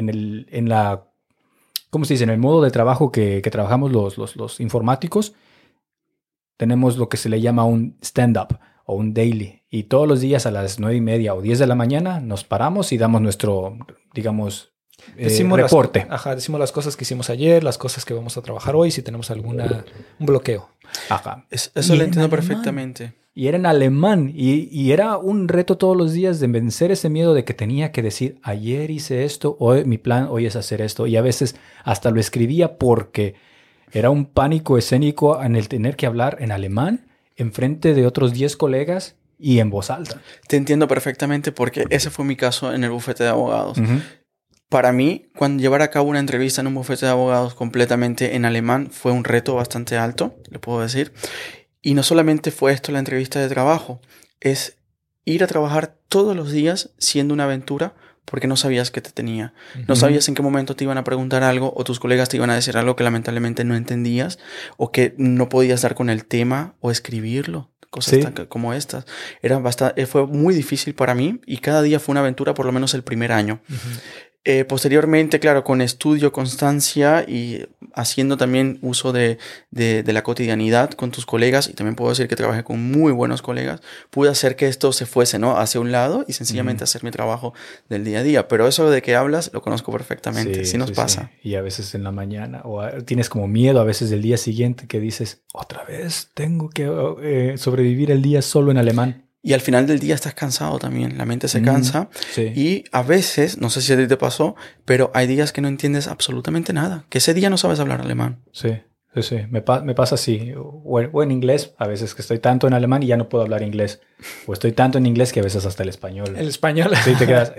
¿Cómo se dice? En el modo de trabajo que trabajamos los informáticos, tenemos lo que se le llama un stand-up o un daily. Y todos los días a las 9:30 o 10 de la mañana nos paramos y damos nuestro, digamos, reporte. Decimos las cosas que hicimos ayer, las cosas que vamos a trabajar hoy, si tenemos un bloqueo. Ajá. Eso lo entiendo perfectamente. Y era en alemán. Y era un reto todos los días de vencer ese miedo de que tenía que decir, ayer hice esto, hoy mi plan hoy es hacer esto. Y a veces hasta lo escribía porque era un pánico escénico en el tener que hablar en alemán enfrente de otros 10 colegas y en voz alta. Te entiendo perfectamente porque ese fue mi caso en el bufete de abogados. Para mí, cuando llevar a cabo una entrevista en un bufete de abogados completamente en alemán fue un reto bastante alto, le puedo decir. Y no solamente fue esto la entrevista de trabajo, es ir a trabajar todos los días siendo una aventura porque no sabías qué te tenía. No sabías en qué momento te iban a preguntar algo o tus colegas te iban a decir algo que lamentablemente no entendías o que no podías dar con el tema o escribirlo. Cosas como estas. Fue muy difícil para mí y cada día fue una aventura, por lo menos el primer año. Posteriormente, claro, con estudio, constancia y haciendo también uso de la cotidianidad con tus colegas, y también puedo decir que trabajé con muy buenos colegas, pude hacer que esto se fuese, ¿no?, hacia un lado y sencillamente hacer mi trabajo del día a día. Pero eso de que hablas lo conozco perfectamente, sí nos pasa. Sí. Y a veces en la mañana, o tienes como miedo a veces del día siguiente que dices, otra vez tengo que sobrevivir el día solo en alemán. Y al final del día estás cansado también, la mente se cansa y a veces, no sé si a ti te pasó, pero hay días que no entiendes absolutamente nada, que ese día no sabes hablar alemán. Sí, me pasa así, o en inglés, a veces que estoy tanto en alemán y ya no puedo hablar inglés, o estoy tanto en inglés que a veces hasta el español. El español. Sí, te quedas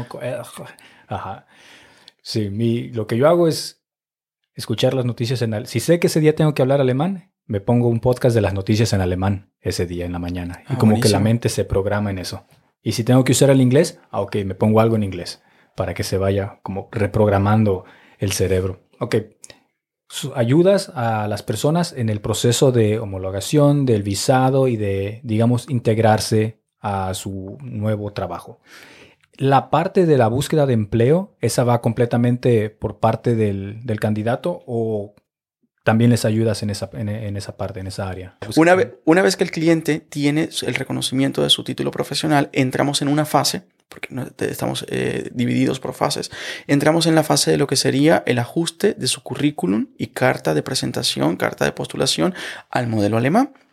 ajá. Sí, lo que yo hago es escuchar las noticias si sé que ese día tengo que hablar alemán, me pongo un podcast de las noticias en alemán ese día en la mañana. Y como buenísimo. Que la mente se programa en eso. Y si tengo que usar el inglés, ok, me pongo algo en inglés para que se vaya como reprogramando el cerebro. Ok, ayudas a las personas en el proceso de homologación, del visado y de, digamos, integrarse a su nuevo trabajo. La parte de la búsqueda de empleo, ¿esa va completamente por parte del candidato o también les ayudas en esa parte, en esa área? Una vez que el cliente tiene el reconocimiento de su título profesional, entramos en una fase, porque estamos divididos por fases, entramos en la fase de lo que sería el ajuste de su currículum y carta de presentación, carta de postulación al modelo alemán.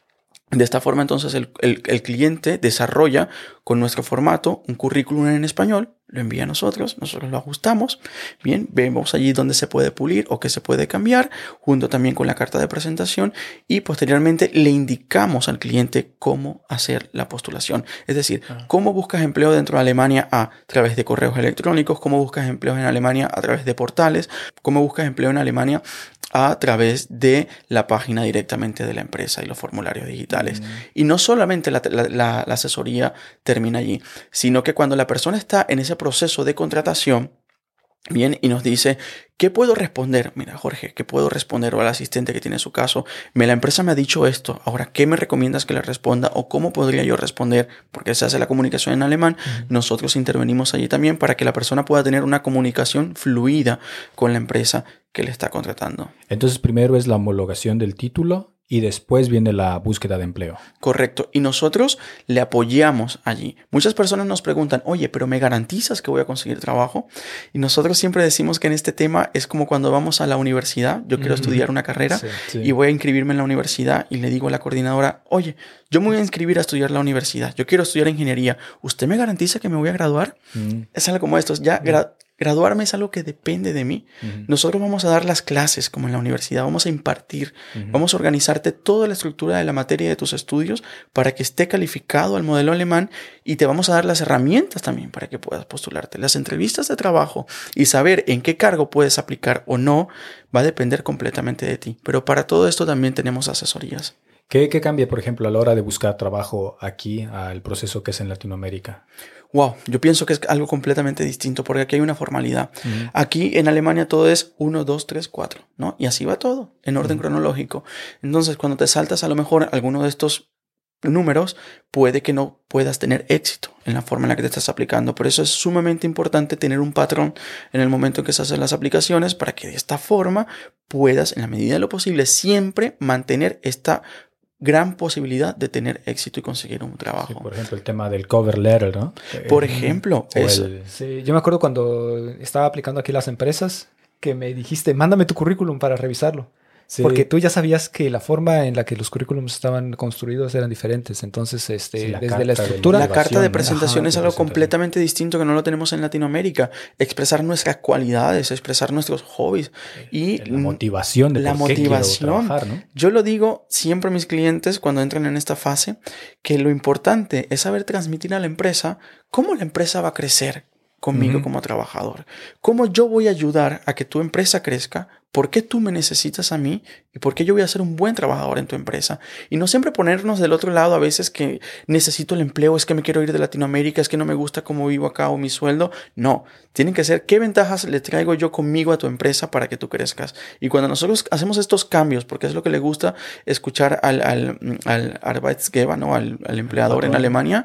De esta forma, entonces, el cliente desarrolla con nuestro formato un currículum en español, lo envía a nosotros lo ajustamos, bien, vemos allí dónde se puede pulir o qué se puede cambiar, junto también con la carta de presentación, y posteriormente le indicamos al cliente cómo hacer la postulación. Es decir, cómo buscas empleo dentro de Alemania a través de correos electrónicos, cómo buscas empleo en Alemania a través de portales, cómo buscas empleo en Alemania a través de la página directamente de la empresa y los formularios digitales. Y no solamente la asesoría termina allí, sino que cuando la persona está en ese proceso de contratación, bien, y nos dice, ¿qué puedo responder? Mira, Jorge, ¿qué puedo responder? O al asistente que tiene su caso, la empresa me ha dicho esto, ahora, ¿qué me recomiendas que le responda? ¿O cómo podría yo responder? Porque se hace la comunicación en alemán, nosotros intervenimos allí también para que la persona pueda tener una comunicación fluida con la empresa que le está contratando. Entonces, primero es la homologación del título y después viene la búsqueda de empleo. Correcto. Y nosotros le apoyamos allí. Muchas personas nos preguntan, oye, ¿pero me garantizas que voy a conseguir trabajo? Y nosotros siempre decimos que en este tema es como cuando vamos a la universidad. Yo quiero estudiar una carrera y voy a inscribirme en la universidad y le digo a la coordinadora, oye, yo me voy a inscribir a estudiar la universidad. Yo quiero estudiar ingeniería. ¿Usted me garantiza que me voy a graduar? Es algo como esto. Graduarme es algo que depende de mí. Nosotros vamos a dar las clases como en la universidad, vamos a impartir, vamos a organizarte toda la estructura de la materia de tus estudios para que esté calificado al modelo alemán y te vamos a dar las herramientas también para que puedas postularte. Las entrevistas de trabajo y saber en qué cargo puedes aplicar o no va a depender completamente de ti. Pero para todo esto también tenemos asesorías. ¿Qué cambia, por ejemplo, a la hora de buscar trabajo aquí al proceso que es en Latinoamérica? Wow, yo pienso que es algo completamente distinto porque aquí hay una formalidad. Aquí en Alemania todo es 1, 2, 3, 4, ¿no? Y así va todo, en orden cronológico. Entonces, cuando te saltas a lo mejor alguno de estos números, puede que no puedas tener éxito en la forma en la que te estás aplicando. Por eso es sumamente importante tener un patrón en el momento en que se hacen las aplicaciones para que de esta forma puedas, en la medida de lo posible, siempre mantener esta gran posibilidad de tener éxito y conseguir un trabajo. Sí, por ejemplo, el tema del cover letter, ¿no? Por ejemplo, eso. Sí, yo me acuerdo cuando estaba aplicando aquí las empresas que me dijiste, mándame tu currículum para revisarlo. Sí. Porque tú ya sabías que la forma en la que los currículums estaban construidos eran diferentes. Entonces, desde la estructura... La carta de presentación es algo completamente distinto que no lo tenemos en Latinoamérica. Expresar nuestras cualidades, expresar nuestros hobbies. Y la motivación de la por qué motivación. quiero trabajar, ¿no? Yo lo digo siempre a mis clientes cuando entran en esta fase, que lo importante es saber transmitir a la empresa cómo la empresa va a crecer conmigo como trabajador. ¿Cómo yo voy a ayudar a que tu empresa crezca? ¿Por qué tú me necesitas a mí? ¿Y por qué yo voy a ser un buen trabajador en tu empresa? Y no siempre ponernos del otro lado a veces que necesito el empleo, es que me quiero ir de Latinoamérica, es que no me gusta cómo vivo acá o mi sueldo. No, tienen que ser qué ventajas le traigo yo conmigo a tu empresa para que tú crezcas. Y cuando nosotros hacemos estos cambios, porque es lo que le gusta escuchar al Arbeitgeber, ¿no? al empleador en Alemania,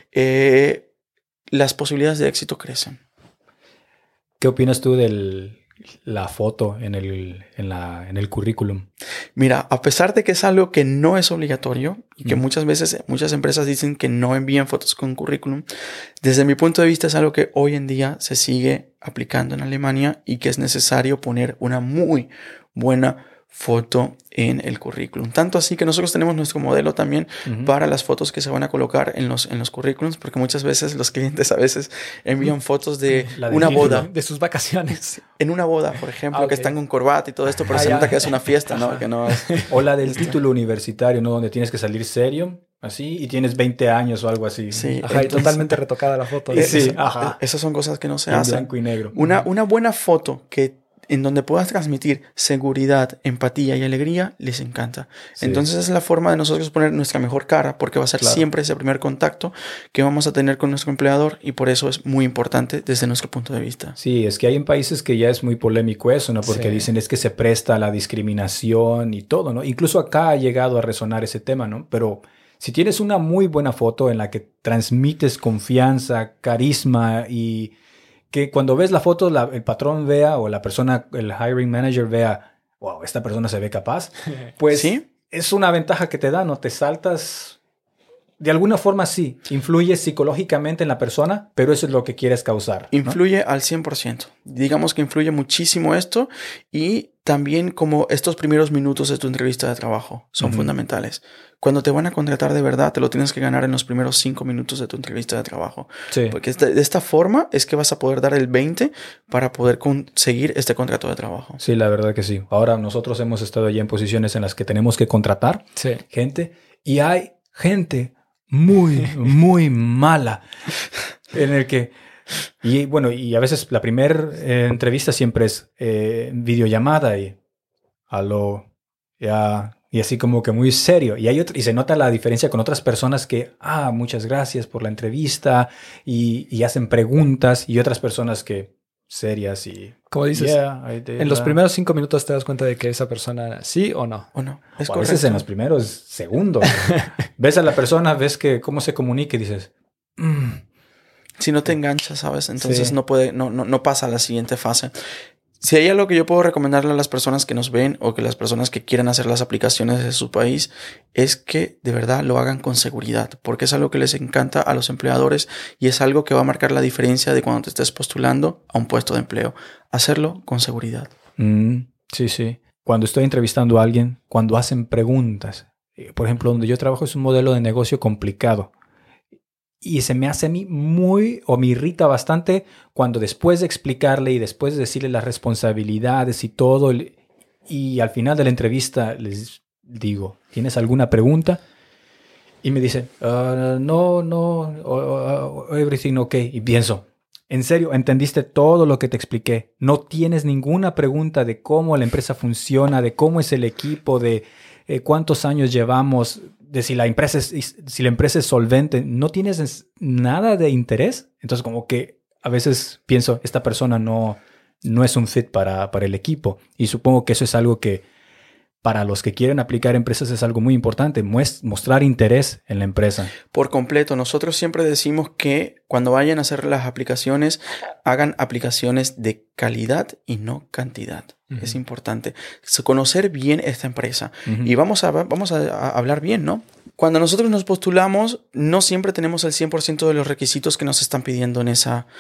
las posibilidades de éxito crecen. ¿Qué opinas tú de la foto en el currículum? Mira, a pesar de que es algo que no es obligatorio y que muchas veces muchas empresas dicen que no envían fotos con currículum, desde mi punto de vista es algo que hoy en día se sigue aplicando en Alemania y que es necesario poner una muy buena foto en el currículum. Tanto así que nosotros tenemos nuestro modelo también para las fotos que se van a colocar en los currículums, porque muchas veces los clientes a veces envían fotos de una boda. De sus vacaciones. En una boda, por ejemplo, que están con corbata y todo esto, pero se nota que es una fiesta, ¿no? Que no es... O la del título universitario, ¿no? Donde tienes que salir serio, así, y tienes 20 años o algo así. Sí. Entonces, y totalmente retocada la foto. Sí, esas son cosas que no se hacen. En blanco y negro. Una buena foto en donde puedas transmitir seguridad, empatía y alegría, les encanta. Sí. Entonces es la forma de nosotros poner nuestra mejor cara, porque va a ser siempre ese primer contacto que vamos a tener con nuestro empleador, y por eso es muy importante desde nuestro punto de vista. Sí, es que hay en países que ya es muy polémico eso, ¿no? Porque dicen es que se presta a la discriminación y todo, ¿no? Incluso acá ha llegado a resonar ese tema, ¿no? Pero si tienes una muy buena foto en la que transmites confianza, carisma y... que cuando ves la foto el patrón vea o la persona, el hiring manager vea, wow, esta persona se ve capaz, pues ¿sí? Es una ventaja que te da, ¿no? Te saltas, de alguna forma sí, influye psicológicamente en la persona, pero eso es lo que quieres causar, ¿no? Influye al 100%. Digamos que influye muchísimo esto, y también como estos primeros minutos de tu entrevista de trabajo son fundamentales. Cuando te van a contratar de verdad, te lo tienes que ganar en los primeros 5 minutos de tu entrevista de trabajo. Sí. Porque de esta forma es que vas a poder dar el 20 para poder conseguir este contrato de trabajo. Sí, la verdad que sí. Ahora nosotros hemos estado ya en posiciones en las que tenemos que contratar gente y hay gente muy, muy mala en el que... Y bueno, y a veces la primera entrevista siempre es videollamada y aló, ya, y así como que muy serio. Y se nota la diferencia con otras personas que, muchas gracias por la entrevista y hacen preguntas, y otras personas que serias y... Como dices, en los primeros 5 minutos te das cuenta de que esa persona sí o no. O no, es correcto. A veces en los primeros segundos. Ves a la persona, ves que cómo se comunica y dices... Si no te enganchas, ¿sabes? Entonces no pasa a la siguiente fase. Si hay algo que yo puedo recomendarle a las personas que nos ven o que las personas que quieran hacer las aplicaciones de su país es que de verdad lo hagan con seguridad, porque es algo que les encanta a los empleadores y es algo que va a marcar la diferencia de cuando te estés postulando a un puesto de empleo. Hacerlo con seguridad. Sí. Cuando estoy entrevistando a alguien, cuando hacen preguntas, por ejemplo, donde yo trabajo es un modelo de negocio complicado. Y se me hace a mí me irrita bastante cuando después de explicarle y después de decirle las responsabilidades y todo, y al final de la entrevista les digo, ¿tienes alguna pregunta? Y me dicen, no, everything okay. Y pienso, ¿en serio entendiste todo lo que te expliqué? ¿No tienes ninguna pregunta de cómo la empresa funciona, de cómo es el equipo, de cuántos años llevamos, de si la empresa es solvente? ¿No tienes nada de interés? Entonces como que a veces pienso, esta persona no es un fit para el equipo. Y supongo que eso es algo que para los que quieren aplicar empresas es algo muy importante, mostrar interés en la empresa. Por completo. Nosotros siempre decimos que cuando vayan a hacer las aplicaciones, hagan aplicaciones de calidad y no cantidad. Es importante conocer bien esta empresa. Y vamos a hablar bien, ¿no? Cuando nosotros nos postulamos, no siempre tenemos el 100% de los requisitos que nos están pidiendo en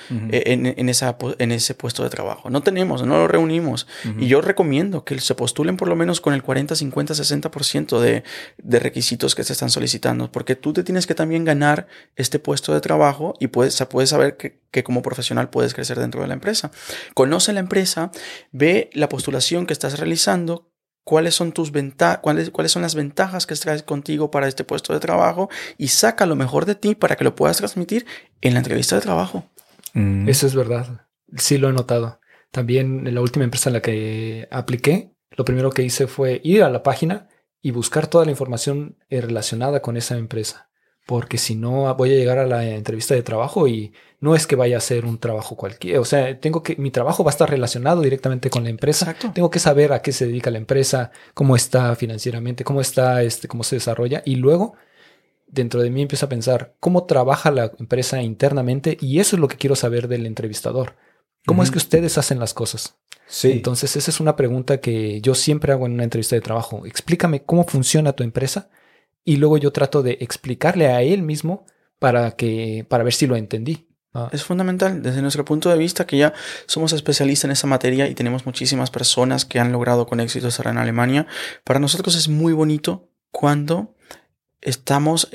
ese puesto de trabajo. No lo reunimos. Y yo recomiendo que se postulen por lo menos con el 40, 50, 60% de requisitos que se están solicitando, porque tú te tienes que también ganar este puesto de trabajo y puedes saber que como profesional puedes crecer dentro de la empresa. Conoce la empresa, ve la postulación que estás realizando, cuáles son cuáles son las ventajas que traes contigo para este puesto de trabajo y saca lo mejor de ti para que lo puedas transmitir en la entrevista de trabajo. Eso es verdad. Sí lo he notado. También en la última empresa en la que apliqué, lo primero que hice fue ir a la página y buscar toda la información relacionada con esa empresa. Porque si no, voy a llegar a la entrevista de trabajo y no es que vaya a ser un trabajo cualquiera. O sea, mi trabajo va a estar relacionado directamente con la empresa. Exacto. Tengo que saber a qué se dedica la empresa, cómo está financieramente, cómo se desarrolla. Y luego, dentro de mí empiezo a pensar cómo trabaja la empresa internamente. Y eso es lo que quiero saber del entrevistador. ¿Cómo es que ustedes hacen las cosas? Sí. Entonces, esa es una pregunta que yo siempre hago en una entrevista de trabajo. Explícame cómo funciona tu empresa. Y luego yo trato de explicarle a él mismo para ver si lo entendí. Es fundamental desde nuestro punto de vista, que ya somos especialistas en esa materia y tenemos muchísimas personas que han logrado con éxito estar en Alemania. Para nosotros es muy bonito cuando estamos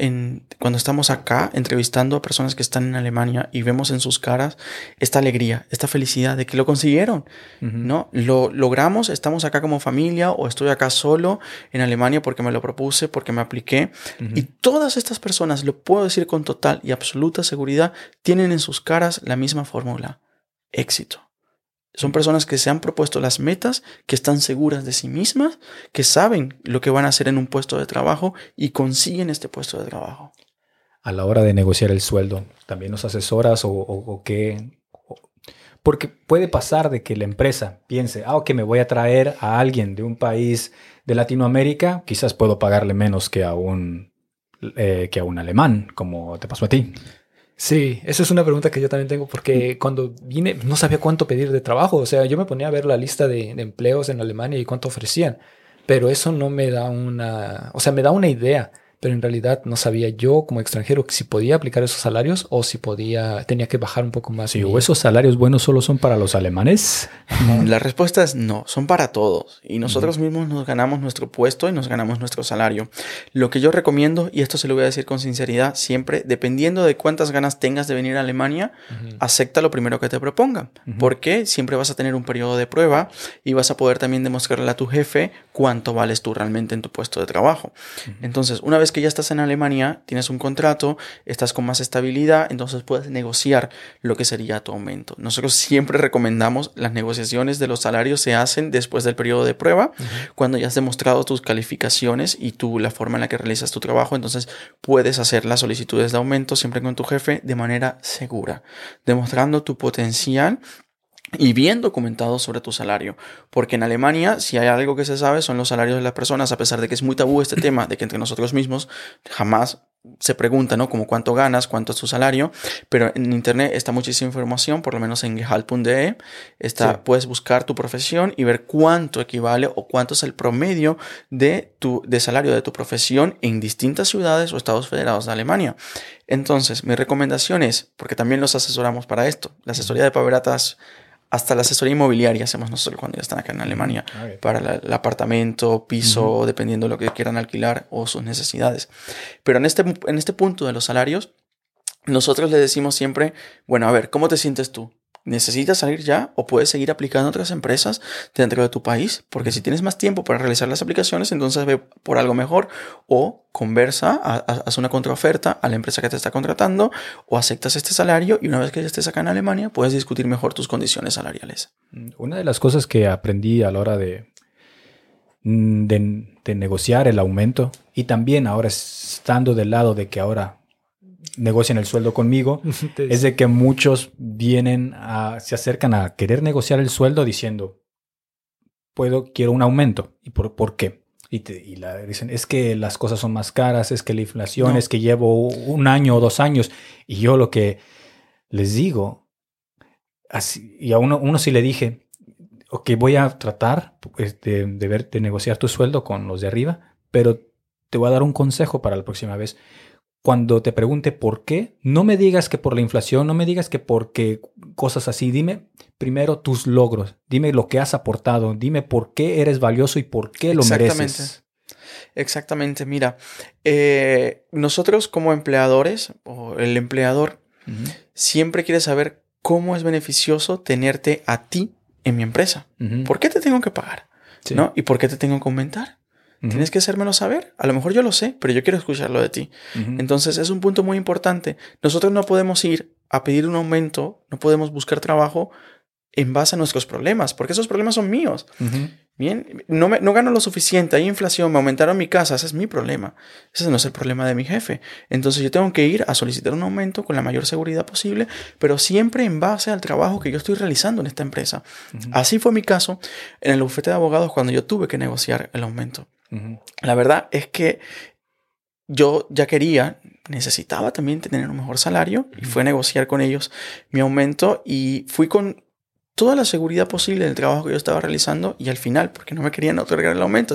acá entrevistando a personas que están en Alemania y vemos en sus caras esta alegría, esta felicidad de que lo consiguieron, ¿no? Lo logramos, estamos acá como familia o estoy acá solo en Alemania porque me lo propuse, porque me apliqué. Y todas estas personas, lo puedo decir con total y absoluta seguridad, tienen en sus caras la misma fórmula: éxito. Son personas que se han propuesto las metas, que están seguras de sí mismas, que saben lo que van a hacer en un puesto de trabajo y consiguen este puesto de trabajo. A la hora de negociar el sueldo, ¿también nos asesoras o qué? Porque puede pasar de que la empresa piense, ok, me voy a traer a alguien de un país de Latinoamérica, quizás puedo pagarle menos que a un alemán, como te pasó a ti. Sí, esa es una pregunta que yo también tengo, porque cuando vine no sabía cuánto pedir de trabajo. O sea, yo me ponía a ver la lista de empleos en Alemania y cuánto ofrecían, pero eso no me da me da una idea, pero en realidad no sabía yo como extranjero si podía aplicar esos salarios o si tenía que bajar un poco más. Sí, o esos salarios buenos solo son para los alemanes. La respuesta es no, son para todos. Y nosotros mismos nos ganamos nuestro puesto y nos ganamos nuestro salario. Lo que yo recomiendo, y esto se lo voy a decir con sinceridad, siempre, dependiendo de cuántas ganas tengas de venir a Alemania, acepta lo primero que te propongan. Porque siempre vas a tener un periodo de prueba y vas a poder también demostrarle a tu jefe cuánto vales tú realmente en tu puesto de trabajo. Entonces, una vez que ya estás en Alemania, tienes un contrato, estás con más estabilidad, entonces puedes negociar lo que sería tu aumento. Nosotros siempre recomendamos las negociaciones de los salarios se hacen después del periodo de prueba, cuando ya has demostrado tus calificaciones y la forma en la que realizas tu trabajo, entonces puedes hacer las solicitudes de aumento siempre con tu jefe de manera segura, demostrando tu potencial y bien documentado sobre tu salario. Porque en Alemania, si hay algo que se sabe, son los salarios de las personas, a pesar de que es muy tabú este tema, de que entre nosotros mismos jamás se pregunta, ¿no? Como cuánto ganas, cuánto es tu salario, pero en internet está muchísima información, por lo menos en gehalt.de, puedes buscar tu profesión y ver cuánto equivale o cuánto es el promedio de salario de tu profesión en distintas ciudades o estados federados de Alemania. Entonces, mi recomendación es, porque también los asesoramos para esto, la asesoría de Paveratas, hasta la asesoría inmobiliaria hacemos nosotros cuando ya están acá en Alemania, para el apartamento, piso, dependiendo de lo que quieran alquilar o sus necesidades. Pero en este punto de los salarios, nosotros le decimos siempre, bueno, a ver, ¿cómo te sientes tú? ¿Necesitas salir ya o puedes seguir aplicando a otras empresas dentro de tu país? Porque si tienes más tiempo para realizar las aplicaciones, entonces ve por algo mejor o conversa, haz una contraoferta a la empresa que te está contratando o aceptas este salario y una vez que ya estés acá en Alemania puedes discutir mejor tus condiciones salariales. Una de las cosas que aprendí a la hora de negociar el aumento y también ahora estando del lado de que ahora negocian el sueldo conmigo, es de que muchos se acercan a querer negociar el sueldo diciendo, quiero un aumento. ¿Y por qué? Y dicen, es que las cosas son más caras, es que la inflación, es que llevo 1 año o 2 años. Y yo lo que les digo, y a uno sí le dije, ok, voy a tratar de negociar tu sueldo con los de arriba, pero te voy a dar un consejo para la próxima vez. Cuando te pregunte por qué, no me digas que por la inflación, no me digas que porque cosas así. Dime primero tus logros, dime lo que has aportado, dime por qué eres valioso y por qué lo mereces. Exactamente, mira, nosotros como empleadores o el empleador siempre quiere saber cómo es beneficioso tenerte a ti en mi empresa. ¿Por qué te tengo que pagar? Sí. ¿No? ¿Y por qué te tengo que aumentar? Tienes que hacérmelo saber. A lo mejor yo lo sé, pero yo quiero escucharlo de ti. Entonces es un punto muy importante. Nosotros no podemos ir a pedir un aumento, no podemos buscar trabajo en base a nuestros problemas, porque esos problemas son míos. Bien, no gano lo suficiente, hay inflación, me aumentaron mi casa, ese es mi problema. Ese no es el problema de mi jefe. Entonces yo tengo que ir a solicitar un aumento con la mayor seguridad posible, pero siempre en base al trabajo que yo estoy realizando en esta empresa. Así fue mi caso en el bufete de abogados cuando yo tuve que negociar el aumento. La verdad es que yo ya necesitaba también tener un mejor salario y fui a negociar con ellos mi aumento y fui con toda la seguridad posible del trabajo que yo estaba realizando y al final, porque no me querían otorgar el aumento,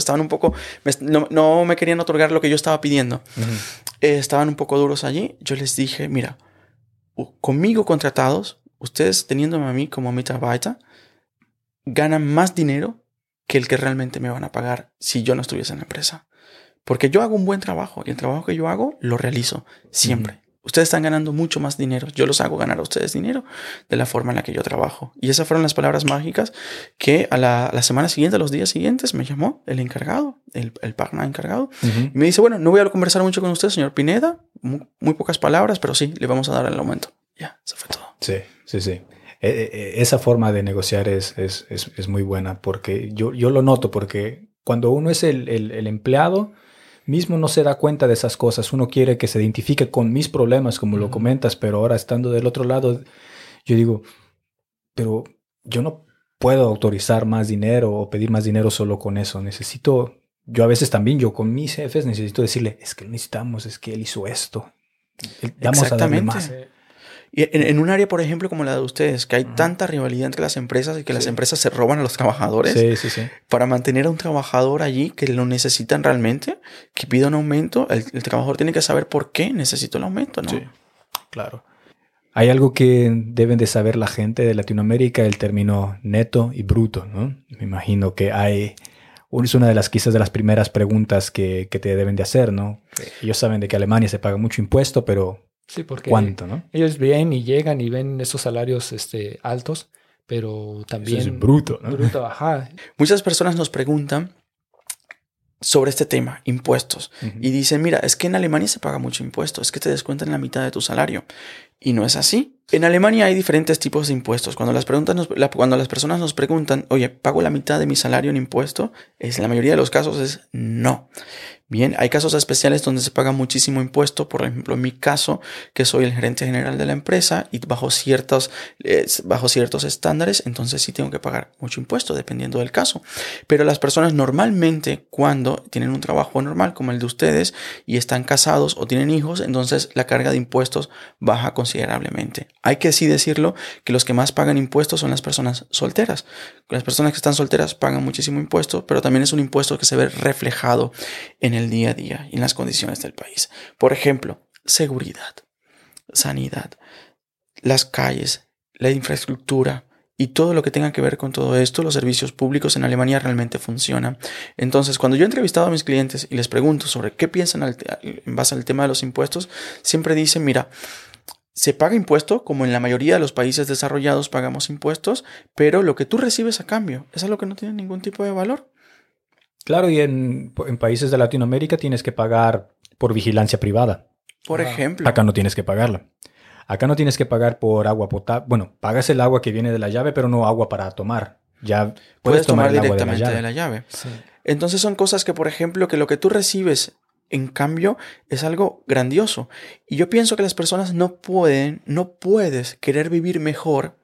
no me querían otorgar lo que yo estaba pidiendo. Estaban un poco duros allí. Yo les dije, mira, conmigo contratados, ustedes teniéndome a mí como Mitarbeiter, ganan más dinero que el que realmente me van a pagar si yo no estuviese en la empresa. Porque yo hago un buen trabajo y el trabajo que yo hago lo realizo siempre. Ustedes están ganando mucho más dinero. Yo los hago ganar a ustedes dinero de la forma en la que yo trabajo. Y esas fueron las palabras mágicas que a la semana siguiente, a los días siguientes, me llamó el encargado, el partner encargado. Y me dice, bueno, no voy a conversar mucho con usted, señor Pineda. Muy pocas palabras, pero sí, le vamos a dar el aumento. Ya, eso fue todo. Sí. Esa forma de negociar es muy buena porque yo lo noto porque cuando uno es el empleado mismo no se da cuenta de esas cosas. Uno quiere que se identifique con mis problemas, como lo comentas, pero ahora estando del otro lado, yo digo, pero yo no puedo autorizar más dinero o pedir más dinero solo con eso. Yo a veces también, yo con mis jefes necesito decirle, es que necesitamos, es que él hizo esto. Vamos a darle más. Y en un área, por ejemplo, como la de ustedes, que hay tanta rivalidad entre las empresas y que las empresas se roban a los trabajadores, para mantener a un trabajador allí que lo necesitan realmente, que pida un aumento, el trabajador tiene que saber por qué necesita el aumento, ¿no? Sí, claro. Hay algo que deben de saber la gente de Latinoamérica, el término neto y bruto, ¿no? Me imagino que es una de las quizás de las primeras preguntas que te deben de hacer, ¿no? Ellos saben de que Alemania se paga mucho impuesto, pero sí, porque ¿cuánto, no? Ellos ven y llegan y ven esos salarios altos, pero también... Eso es bruto, ¿no? Bruto, ajá. Muchas personas nos preguntan sobre este tema, impuestos. Y dicen, mira, es que en Alemania se paga mucho impuesto, es que te descuentan la mitad de tu salario. Y no es así. En Alemania hay diferentes tipos de impuestos. Cuando las personas nos preguntan, oye, ¿pago la mitad de mi salario en impuesto? En la mayoría de los casos es no. Bien, hay casos especiales donde se paga muchísimo impuesto. Por ejemplo, en mi caso, que soy el gerente general de la empresa y bajo ciertos estándares, entonces sí tengo que pagar mucho impuesto dependiendo del caso. Pero las personas normalmente, cuando tienen un trabajo normal como el de ustedes y están casados o tienen hijos, entonces la carga de impuestos baja considerablemente. Hay que sí decirlo que los que más pagan impuestos son las personas solteras. Las personas que están solteras pagan muchísimo impuesto, pero también es un impuesto que se ve reflejado en el día a día y en las condiciones del país. Por ejemplo, seguridad, sanidad, las calles, la infraestructura y todo lo que tenga que ver con todo esto, los servicios públicos en Alemania realmente funcionan. Entonces, cuando yo he entrevistado a mis clientes y les pregunto sobre qué piensan en base al tema de los impuestos, siempre dicen, mira, se paga impuesto, como en la mayoría de los países desarrollados pagamos impuestos, pero lo que tú recibes a cambio es algo que no tiene ningún tipo de valor. Claro, y en países de Latinoamérica tienes que pagar por vigilancia privada. Por ejemplo. Acá no tienes que pagarla. Acá no tienes que pagar por agua potable. Bueno, pagas el agua que viene de la llave, pero no agua para tomar. Ya puedes tomar el agua directamente de la llave. Sí. Entonces son cosas que, por ejemplo, que lo que tú recibes en cambio es algo grandioso. Y yo pienso que las personas no puedes querer vivir mejor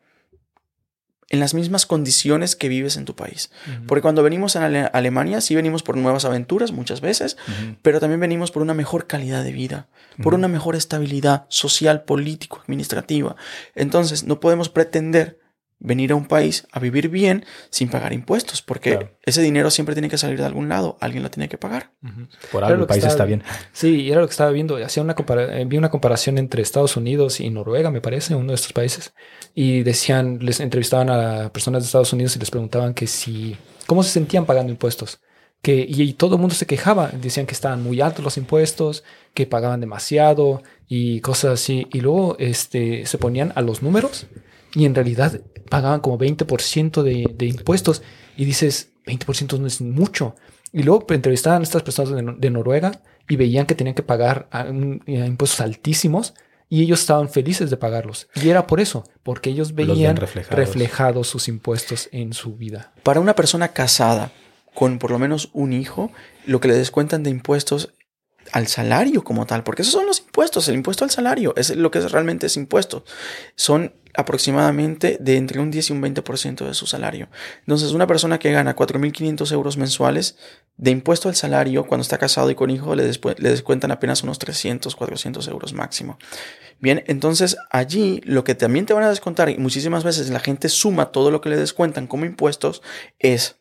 en las mismas condiciones que vives en tu país. Porque cuando venimos a Alemania, sí venimos por nuevas aventuras muchas veces, pero también venimos por una mejor calidad de vida, por una mejor estabilidad social, político, administrativa. Entonces, no podemos pretender venir a un país a vivir bien sin pagar impuestos, porque ese dinero siempre tiene que salir de algún lado, alguien lo tiene que pagar. Por algo el país está bien. Sí, era lo que estaba viendo. Vi una comparación entre Estados Unidos y Noruega, me parece, uno de estos países, y les entrevistaban a personas de Estados Unidos y les preguntaban cómo se sentían pagando impuestos. Y todo el mundo se quejaba, decían que estaban muy altos los impuestos, que pagaban demasiado y cosas así. Y luego se ponían a los números y en realidad pagaban como 20% de impuestos. Y dices, 20% no es mucho. Y luego entrevistaban a estas personas de Noruega y veían que tenían que pagar impuestos altísimos y ellos estaban felices de pagarlos. Y era por eso, porque ellos veían reflejados sus impuestos en su vida. Para una persona casada con por lo menos un hijo, lo que le descuentan de impuestos al salario como tal, porque esos son los impuestos, el impuesto al salario, es lo que realmente es impuesto. Son aproximadamente de entre un 10 y un 20% de su salario. Entonces, una persona que gana 4.500 euros mensuales de impuesto al salario, cuando está casado y con hijo, le descuentan apenas unos 300, 400 euros máximo. Bien, entonces allí lo que también te van a descontar, y muchísimas veces la gente suma todo lo que le descuentan como impuestos, es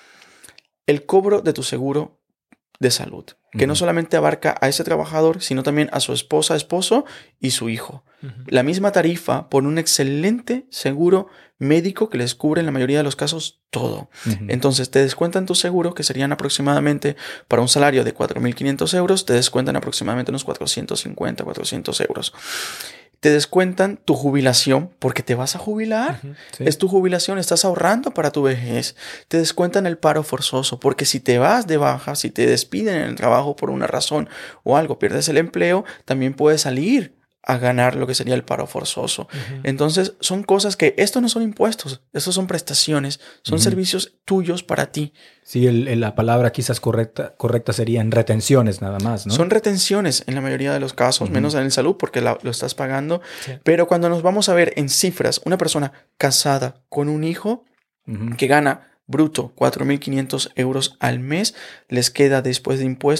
el cobro de tu seguro de salud, que no solamente abarca a ese trabajador, sino también a su esposa, esposo y su hijo. La misma tarifa por un excelente seguro médico que les cubre en la mayoría de los casos todo. Entonces te descuentan tu seguro, que serían aproximadamente para un salario de 4.500 euros, te descuentan aproximadamente unos 450, 400 euros. Te descuentan tu jubilación porque te vas a jubilar. Sí. Es tu jubilación, estás ahorrando para tu vejez. Te descuentan el paro forzoso porque si te vas de baja, si te despiden en el trabajo por una razón o algo, pierdes el empleo, también puedes salir a ganar lo que sería el paro forzoso. Entonces son cosas que, esto no son impuestos, estos son prestaciones, son servicios tuyos para ti. Sí, la palabra quizás correcta sería en retenciones nada más, ¿no? Son retenciones en la mayoría de los casos, menos en el salud porque lo estás pagando. Sí. Pero cuando nos vamos a ver en cifras, una persona casada con un hijo que gana bruto 4.500 euros al mes, les queda después de impuesto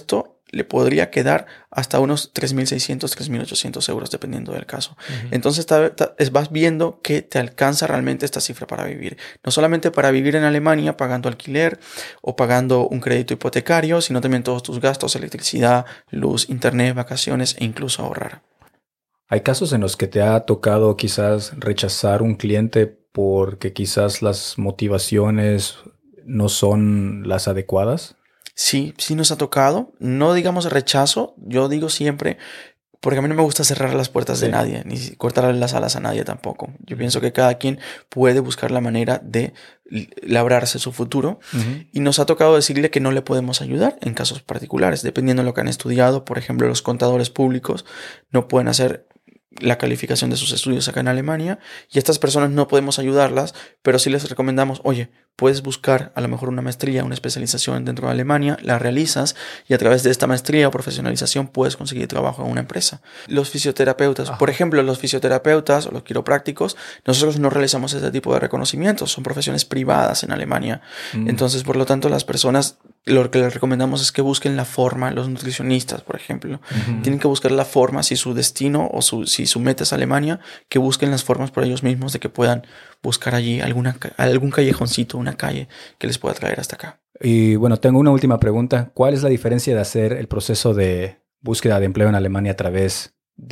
le podría quedar hasta unos 3.600, 3.800 euros, dependiendo del caso. Entonces vas viendo que te alcanza realmente esta cifra para vivir. No solamente para vivir en Alemania pagando alquiler o pagando un crédito hipotecario, sino también todos tus gastos, electricidad, luz, internet, vacaciones e incluso ahorrar. ¿Hay casos en los que te ha tocado quizás rechazar un cliente porque quizás las motivaciones no son las adecuadas? Sí nos ha tocado. No digamos rechazo, yo digo siempre, porque a mí no me gusta cerrar las puertas de nadie, ni cortarle las alas a nadie tampoco. Yo pienso que cada quien puede buscar la manera de labrarse su futuro. Y nos ha tocado decirle que no le podemos ayudar en casos particulares, dependiendo de lo que han estudiado. Por ejemplo, los contadores públicos no pueden hacer la calificación de sus estudios acá en Alemania, y estas personas no podemos ayudarlas, pero sí les recomendamos, oye, puedes buscar a lo mejor una maestría, una especialización dentro de Alemania, la realizas y a través de esta maestría o profesionalización puedes conseguir trabajo en una empresa. Los fisioterapeutas, por ejemplo, los fisioterapeutas o los quiroprácticos, nosotros no realizamos este tipo de reconocimientos, son profesiones privadas en Alemania. Entonces, por lo tanto, las personas, lo que les recomendamos es que busquen la forma. Los nutricionistas, por ejemplo, tienen que buscar la forma, si su destino o si su meta es Alemania, que busquen las formas por ellos mismos de que puedan buscar allí algún callejoncito, una calle que les pueda traer hasta acá. Y bueno, tengo una última pregunta. ¿Cuál es la diferencia de hacer el proceso de búsqueda de empleo en Alemania a través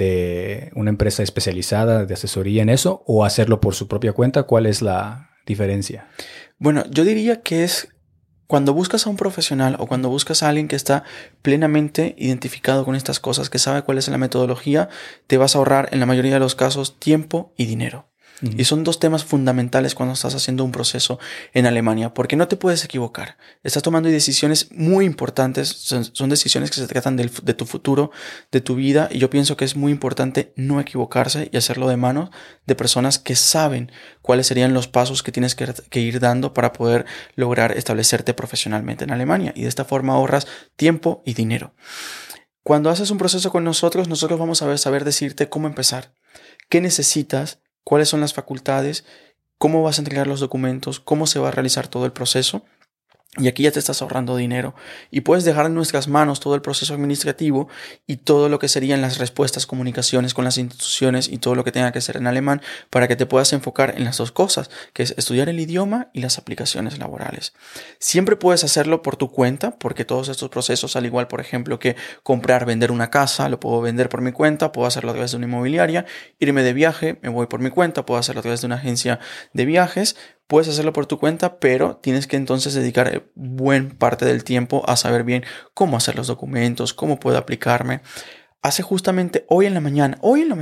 de una empresa especializada de asesoría en eso o hacerlo por su propia cuenta? ¿Cuál es la diferencia? Bueno, yo diría que es cuando buscas a un profesional o cuando buscas a alguien que está plenamente identificado con estas cosas, que sabe cuál es la metodología, te vas a ahorrar en la mayoría de los casos tiempo y dinero. Y son dos temas fundamentales cuando estás haciendo un proceso en Alemania, porque no te puedes equivocar. Estás tomando decisiones muy importantes, son decisiones que se tratan de tu futuro, de tu vida, y yo pienso que es muy importante no equivocarse y hacerlo de manos de personas que saben cuáles serían los pasos que tienes que ir dando para poder lograr establecerte profesionalmente en Alemania, y de esta forma ahorras tiempo y dinero. Cuando haces un proceso con nosotros vamos a saber decirte cómo empezar, qué necesitas, cuáles son las facultades, cómo vas a entregar los documentos, cómo se va a realizar todo el proceso. Y aquí ya te estás ahorrando dinero y puedes dejar en nuestras manos todo el proceso administrativo y todo lo que serían las respuestas, comunicaciones con las instituciones y todo lo que tenga que ser en alemán para que te puedas enfocar en las dos cosas, que es estudiar el idioma y las aplicaciones laborales. Siempre puedes hacerlo por tu cuenta, porque todos estos procesos, al igual, por ejemplo, que comprar, vender una casa, lo puedo vender por mi cuenta, puedo hacerlo a través de una inmobiliaria, irme de viaje, me voy por mi cuenta, puedo hacerlo a través de una agencia de viajes. Puedes hacerlo por tu cuenta, pero tienes que entonces dedicar buen parte del tiempo a saber bien cómo hacer los documentos, cómo puedo aplicarme. Hace justamente hoy en la mañana,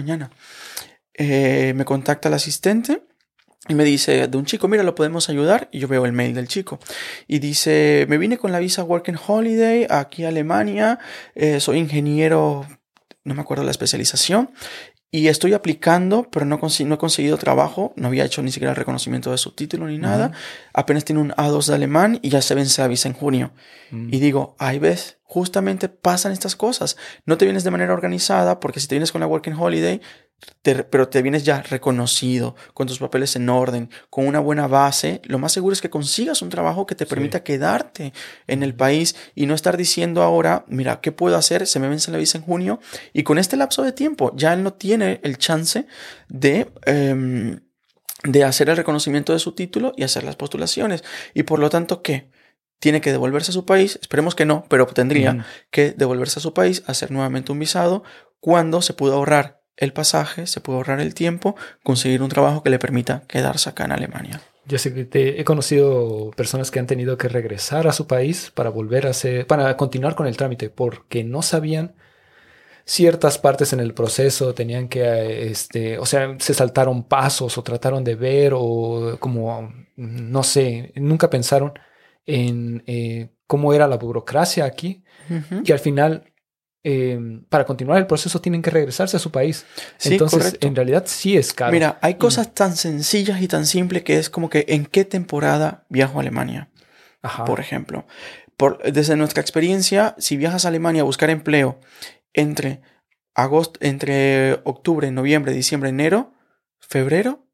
me contacta el asistente y me dice de un chico, mira, lo podemos ayudar. Y yo veo el mail del chico y dice, me vine con la visa Working Holiday aquí a Alemania, soy ingeniero, no me acuerdo la especialización. Y estoy aplicando, pero no he conseguido trabajo. No había hecho ni siquiera el reconocimiento de subtítulo ni nada. Apenas tiene un A2 de alemán y ya se vence la visa en junio. Y digo, ahí ves, justamente pasan estas cosas. No te vienes de manera organizada, porque si te vienes con la Working Holiday, pero te vienes ya reconocido, con tus papeles en orden, con una buena base, lo más seguro es que consigas un trabajo que te permita quedarte en el país y no estar diciendo ahora, mira, ¿qué puedo hacer? Se me vence la visa en junio y con este lapso de tiempo ya él no tiene el chance de hacer el reconocimiento de su título y hacer las postulaciones. Y por lo tanto, ¿qué? Tiene que devolverse a su país, esperemos que no, pero tendría que devolverse a su país, hacer nuevamente un visado, cuando se pudo ahorrar el pasaje, se puede ahorrar el tiempo, conseguir un trabajo que le permita quedarse acá en Alemania. Yo sé que he conocido personas que han tenido que regresar a su país para para continuar con el trámite, porque no sabían ciertas partes en el proceso, tenían que, se saltaron pasos o trataron de ver o como, no sé, nunca pensaron en cómo era la burocracia aquí y al final para continuar el proceso tienen que regresarse a su país. Sí, entonces, correcto. En realidad sí es caro. Mira, hay cosas tan sencillas y tan simples que es como que ¿en qué temporada viajo a Alemania? Por ejemplo. Desde nuestra experiencia, si viajas a Alemania a buscar empleo entre octubre, noviembre, diciembre, enero, febrero,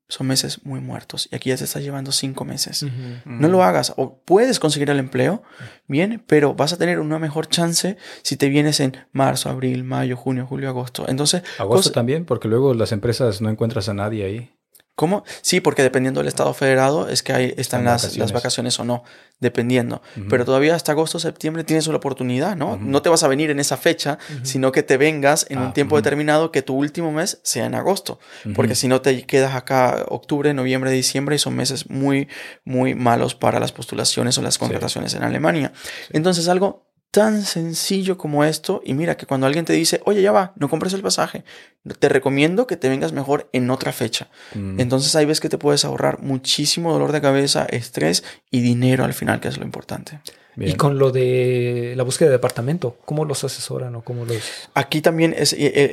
son meses muy muertos. Y aquí ya te estás llevando 5 meses. Ujú. No lo hagas. O puedes conseguir el empleo, bien, pero vas a tener una mejor chance si te vienes en marzo, abril, mayo, junio, julio, agosto. Entonces, Agosto también, porque luego las empresas no encuentras a nadie ahí. ¿cómo? Sí, porque dependiendo del estado federado es que ahí están las vacaciones o no, dependiendo. Pero todavía hasta agosto, septiembre tienes la oportunidad, ¿no? No te vas a venir en esa fecha, sino que te vengas en un tiempo determinado, que tu último mes sea en agosto. Porque si no te quedas acá octubre, noviembre, diciembre y son meses muy, muy malos para las postulaciones o las contrataciones en Alemania. Entonces algo tan sencillo como esto, y mira que cuando alguien te dice, oye, ya va, no compres el pasaje, te recomiendo que te vengas mejor en otra fecha. Entonces ahí ves que te puedes ahorrar muchísimo dolor de cabeza, estrés y dinero al final, que es lo importante. Bien. Y con lo de la búsqueda de departamento, ¿cómo los asesoran o cómo los...? Aquí también es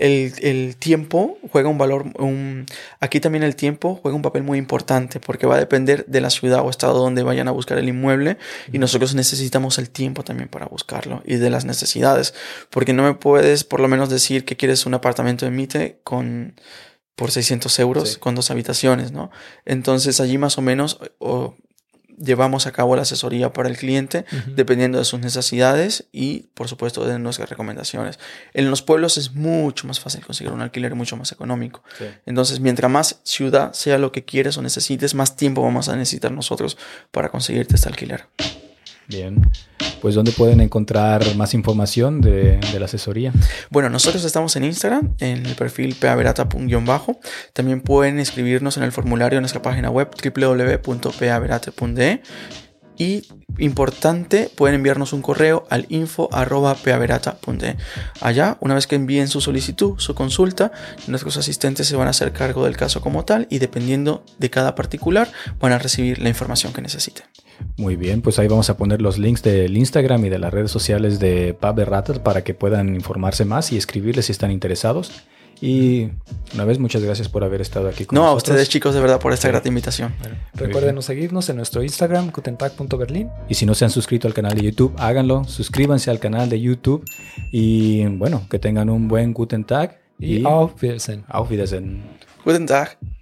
el tiempo juega un valor, aquí también el tiempo juega un papel muy importante porque va a depender de la ciudad o estado donde vayan a buscar el inmueble y nosotros necesitamos el tiempo también para buscarlo y de las necesidades, porque no me puedes por lo menos decir que quieres un apartamento de Miete por 600 euros con 2 habitaciones, ¿no? Entonces allí más o menos... llevamos a cabo la asesoría para el cliente dependiendo de sus necesidades y, por supuesto, de nuestras recomendaciones. En los pueblos es mucho más fácil conseguir un alquiler mucho más económico. Sí. Entonces, mientras más ciudad sea lo que quieres o necesites, más tiempo vamos a necesitar nosotros para conseguirte este alquiler. Bien. Pues, ¿dónde pueden encontrar más información de la asesoría? Bueno, nosotros estamos en Instagram, en el perfil paverata_. También pueden escribirnos en el formulario en nuestra página web www.paverata.de. Y, importante, pueden enviarnos un correo al info@paverata.de. Allá, una vez que envíen su solicitud, su consulta, nuestros asistentes se van a hacer cargo del caso como tal y dependiendo de cada particular, van a recibir la información que necesiten. Muy bien, pues ahí vamos a poner los links del Instagram y de las redes sociales de Paverata para que puedan informarse más y escribirles si están interesados. Y una vez, muchas gracias por haber estado aquí con nosotros. A ustedes, chicos, de verdad, por esta grata invitación. Bueno, recuerden seguirnos en nuestro Instagram, gutentag.berlin. Y si no se han suscrito al canal de YouTube, háganlo. Suscríbanse al canal de YouTube. Y bueno, que tengan un buen Guten Tag. Y Auf Wiedersehen. Auf Wiedersehen. Guten Tag.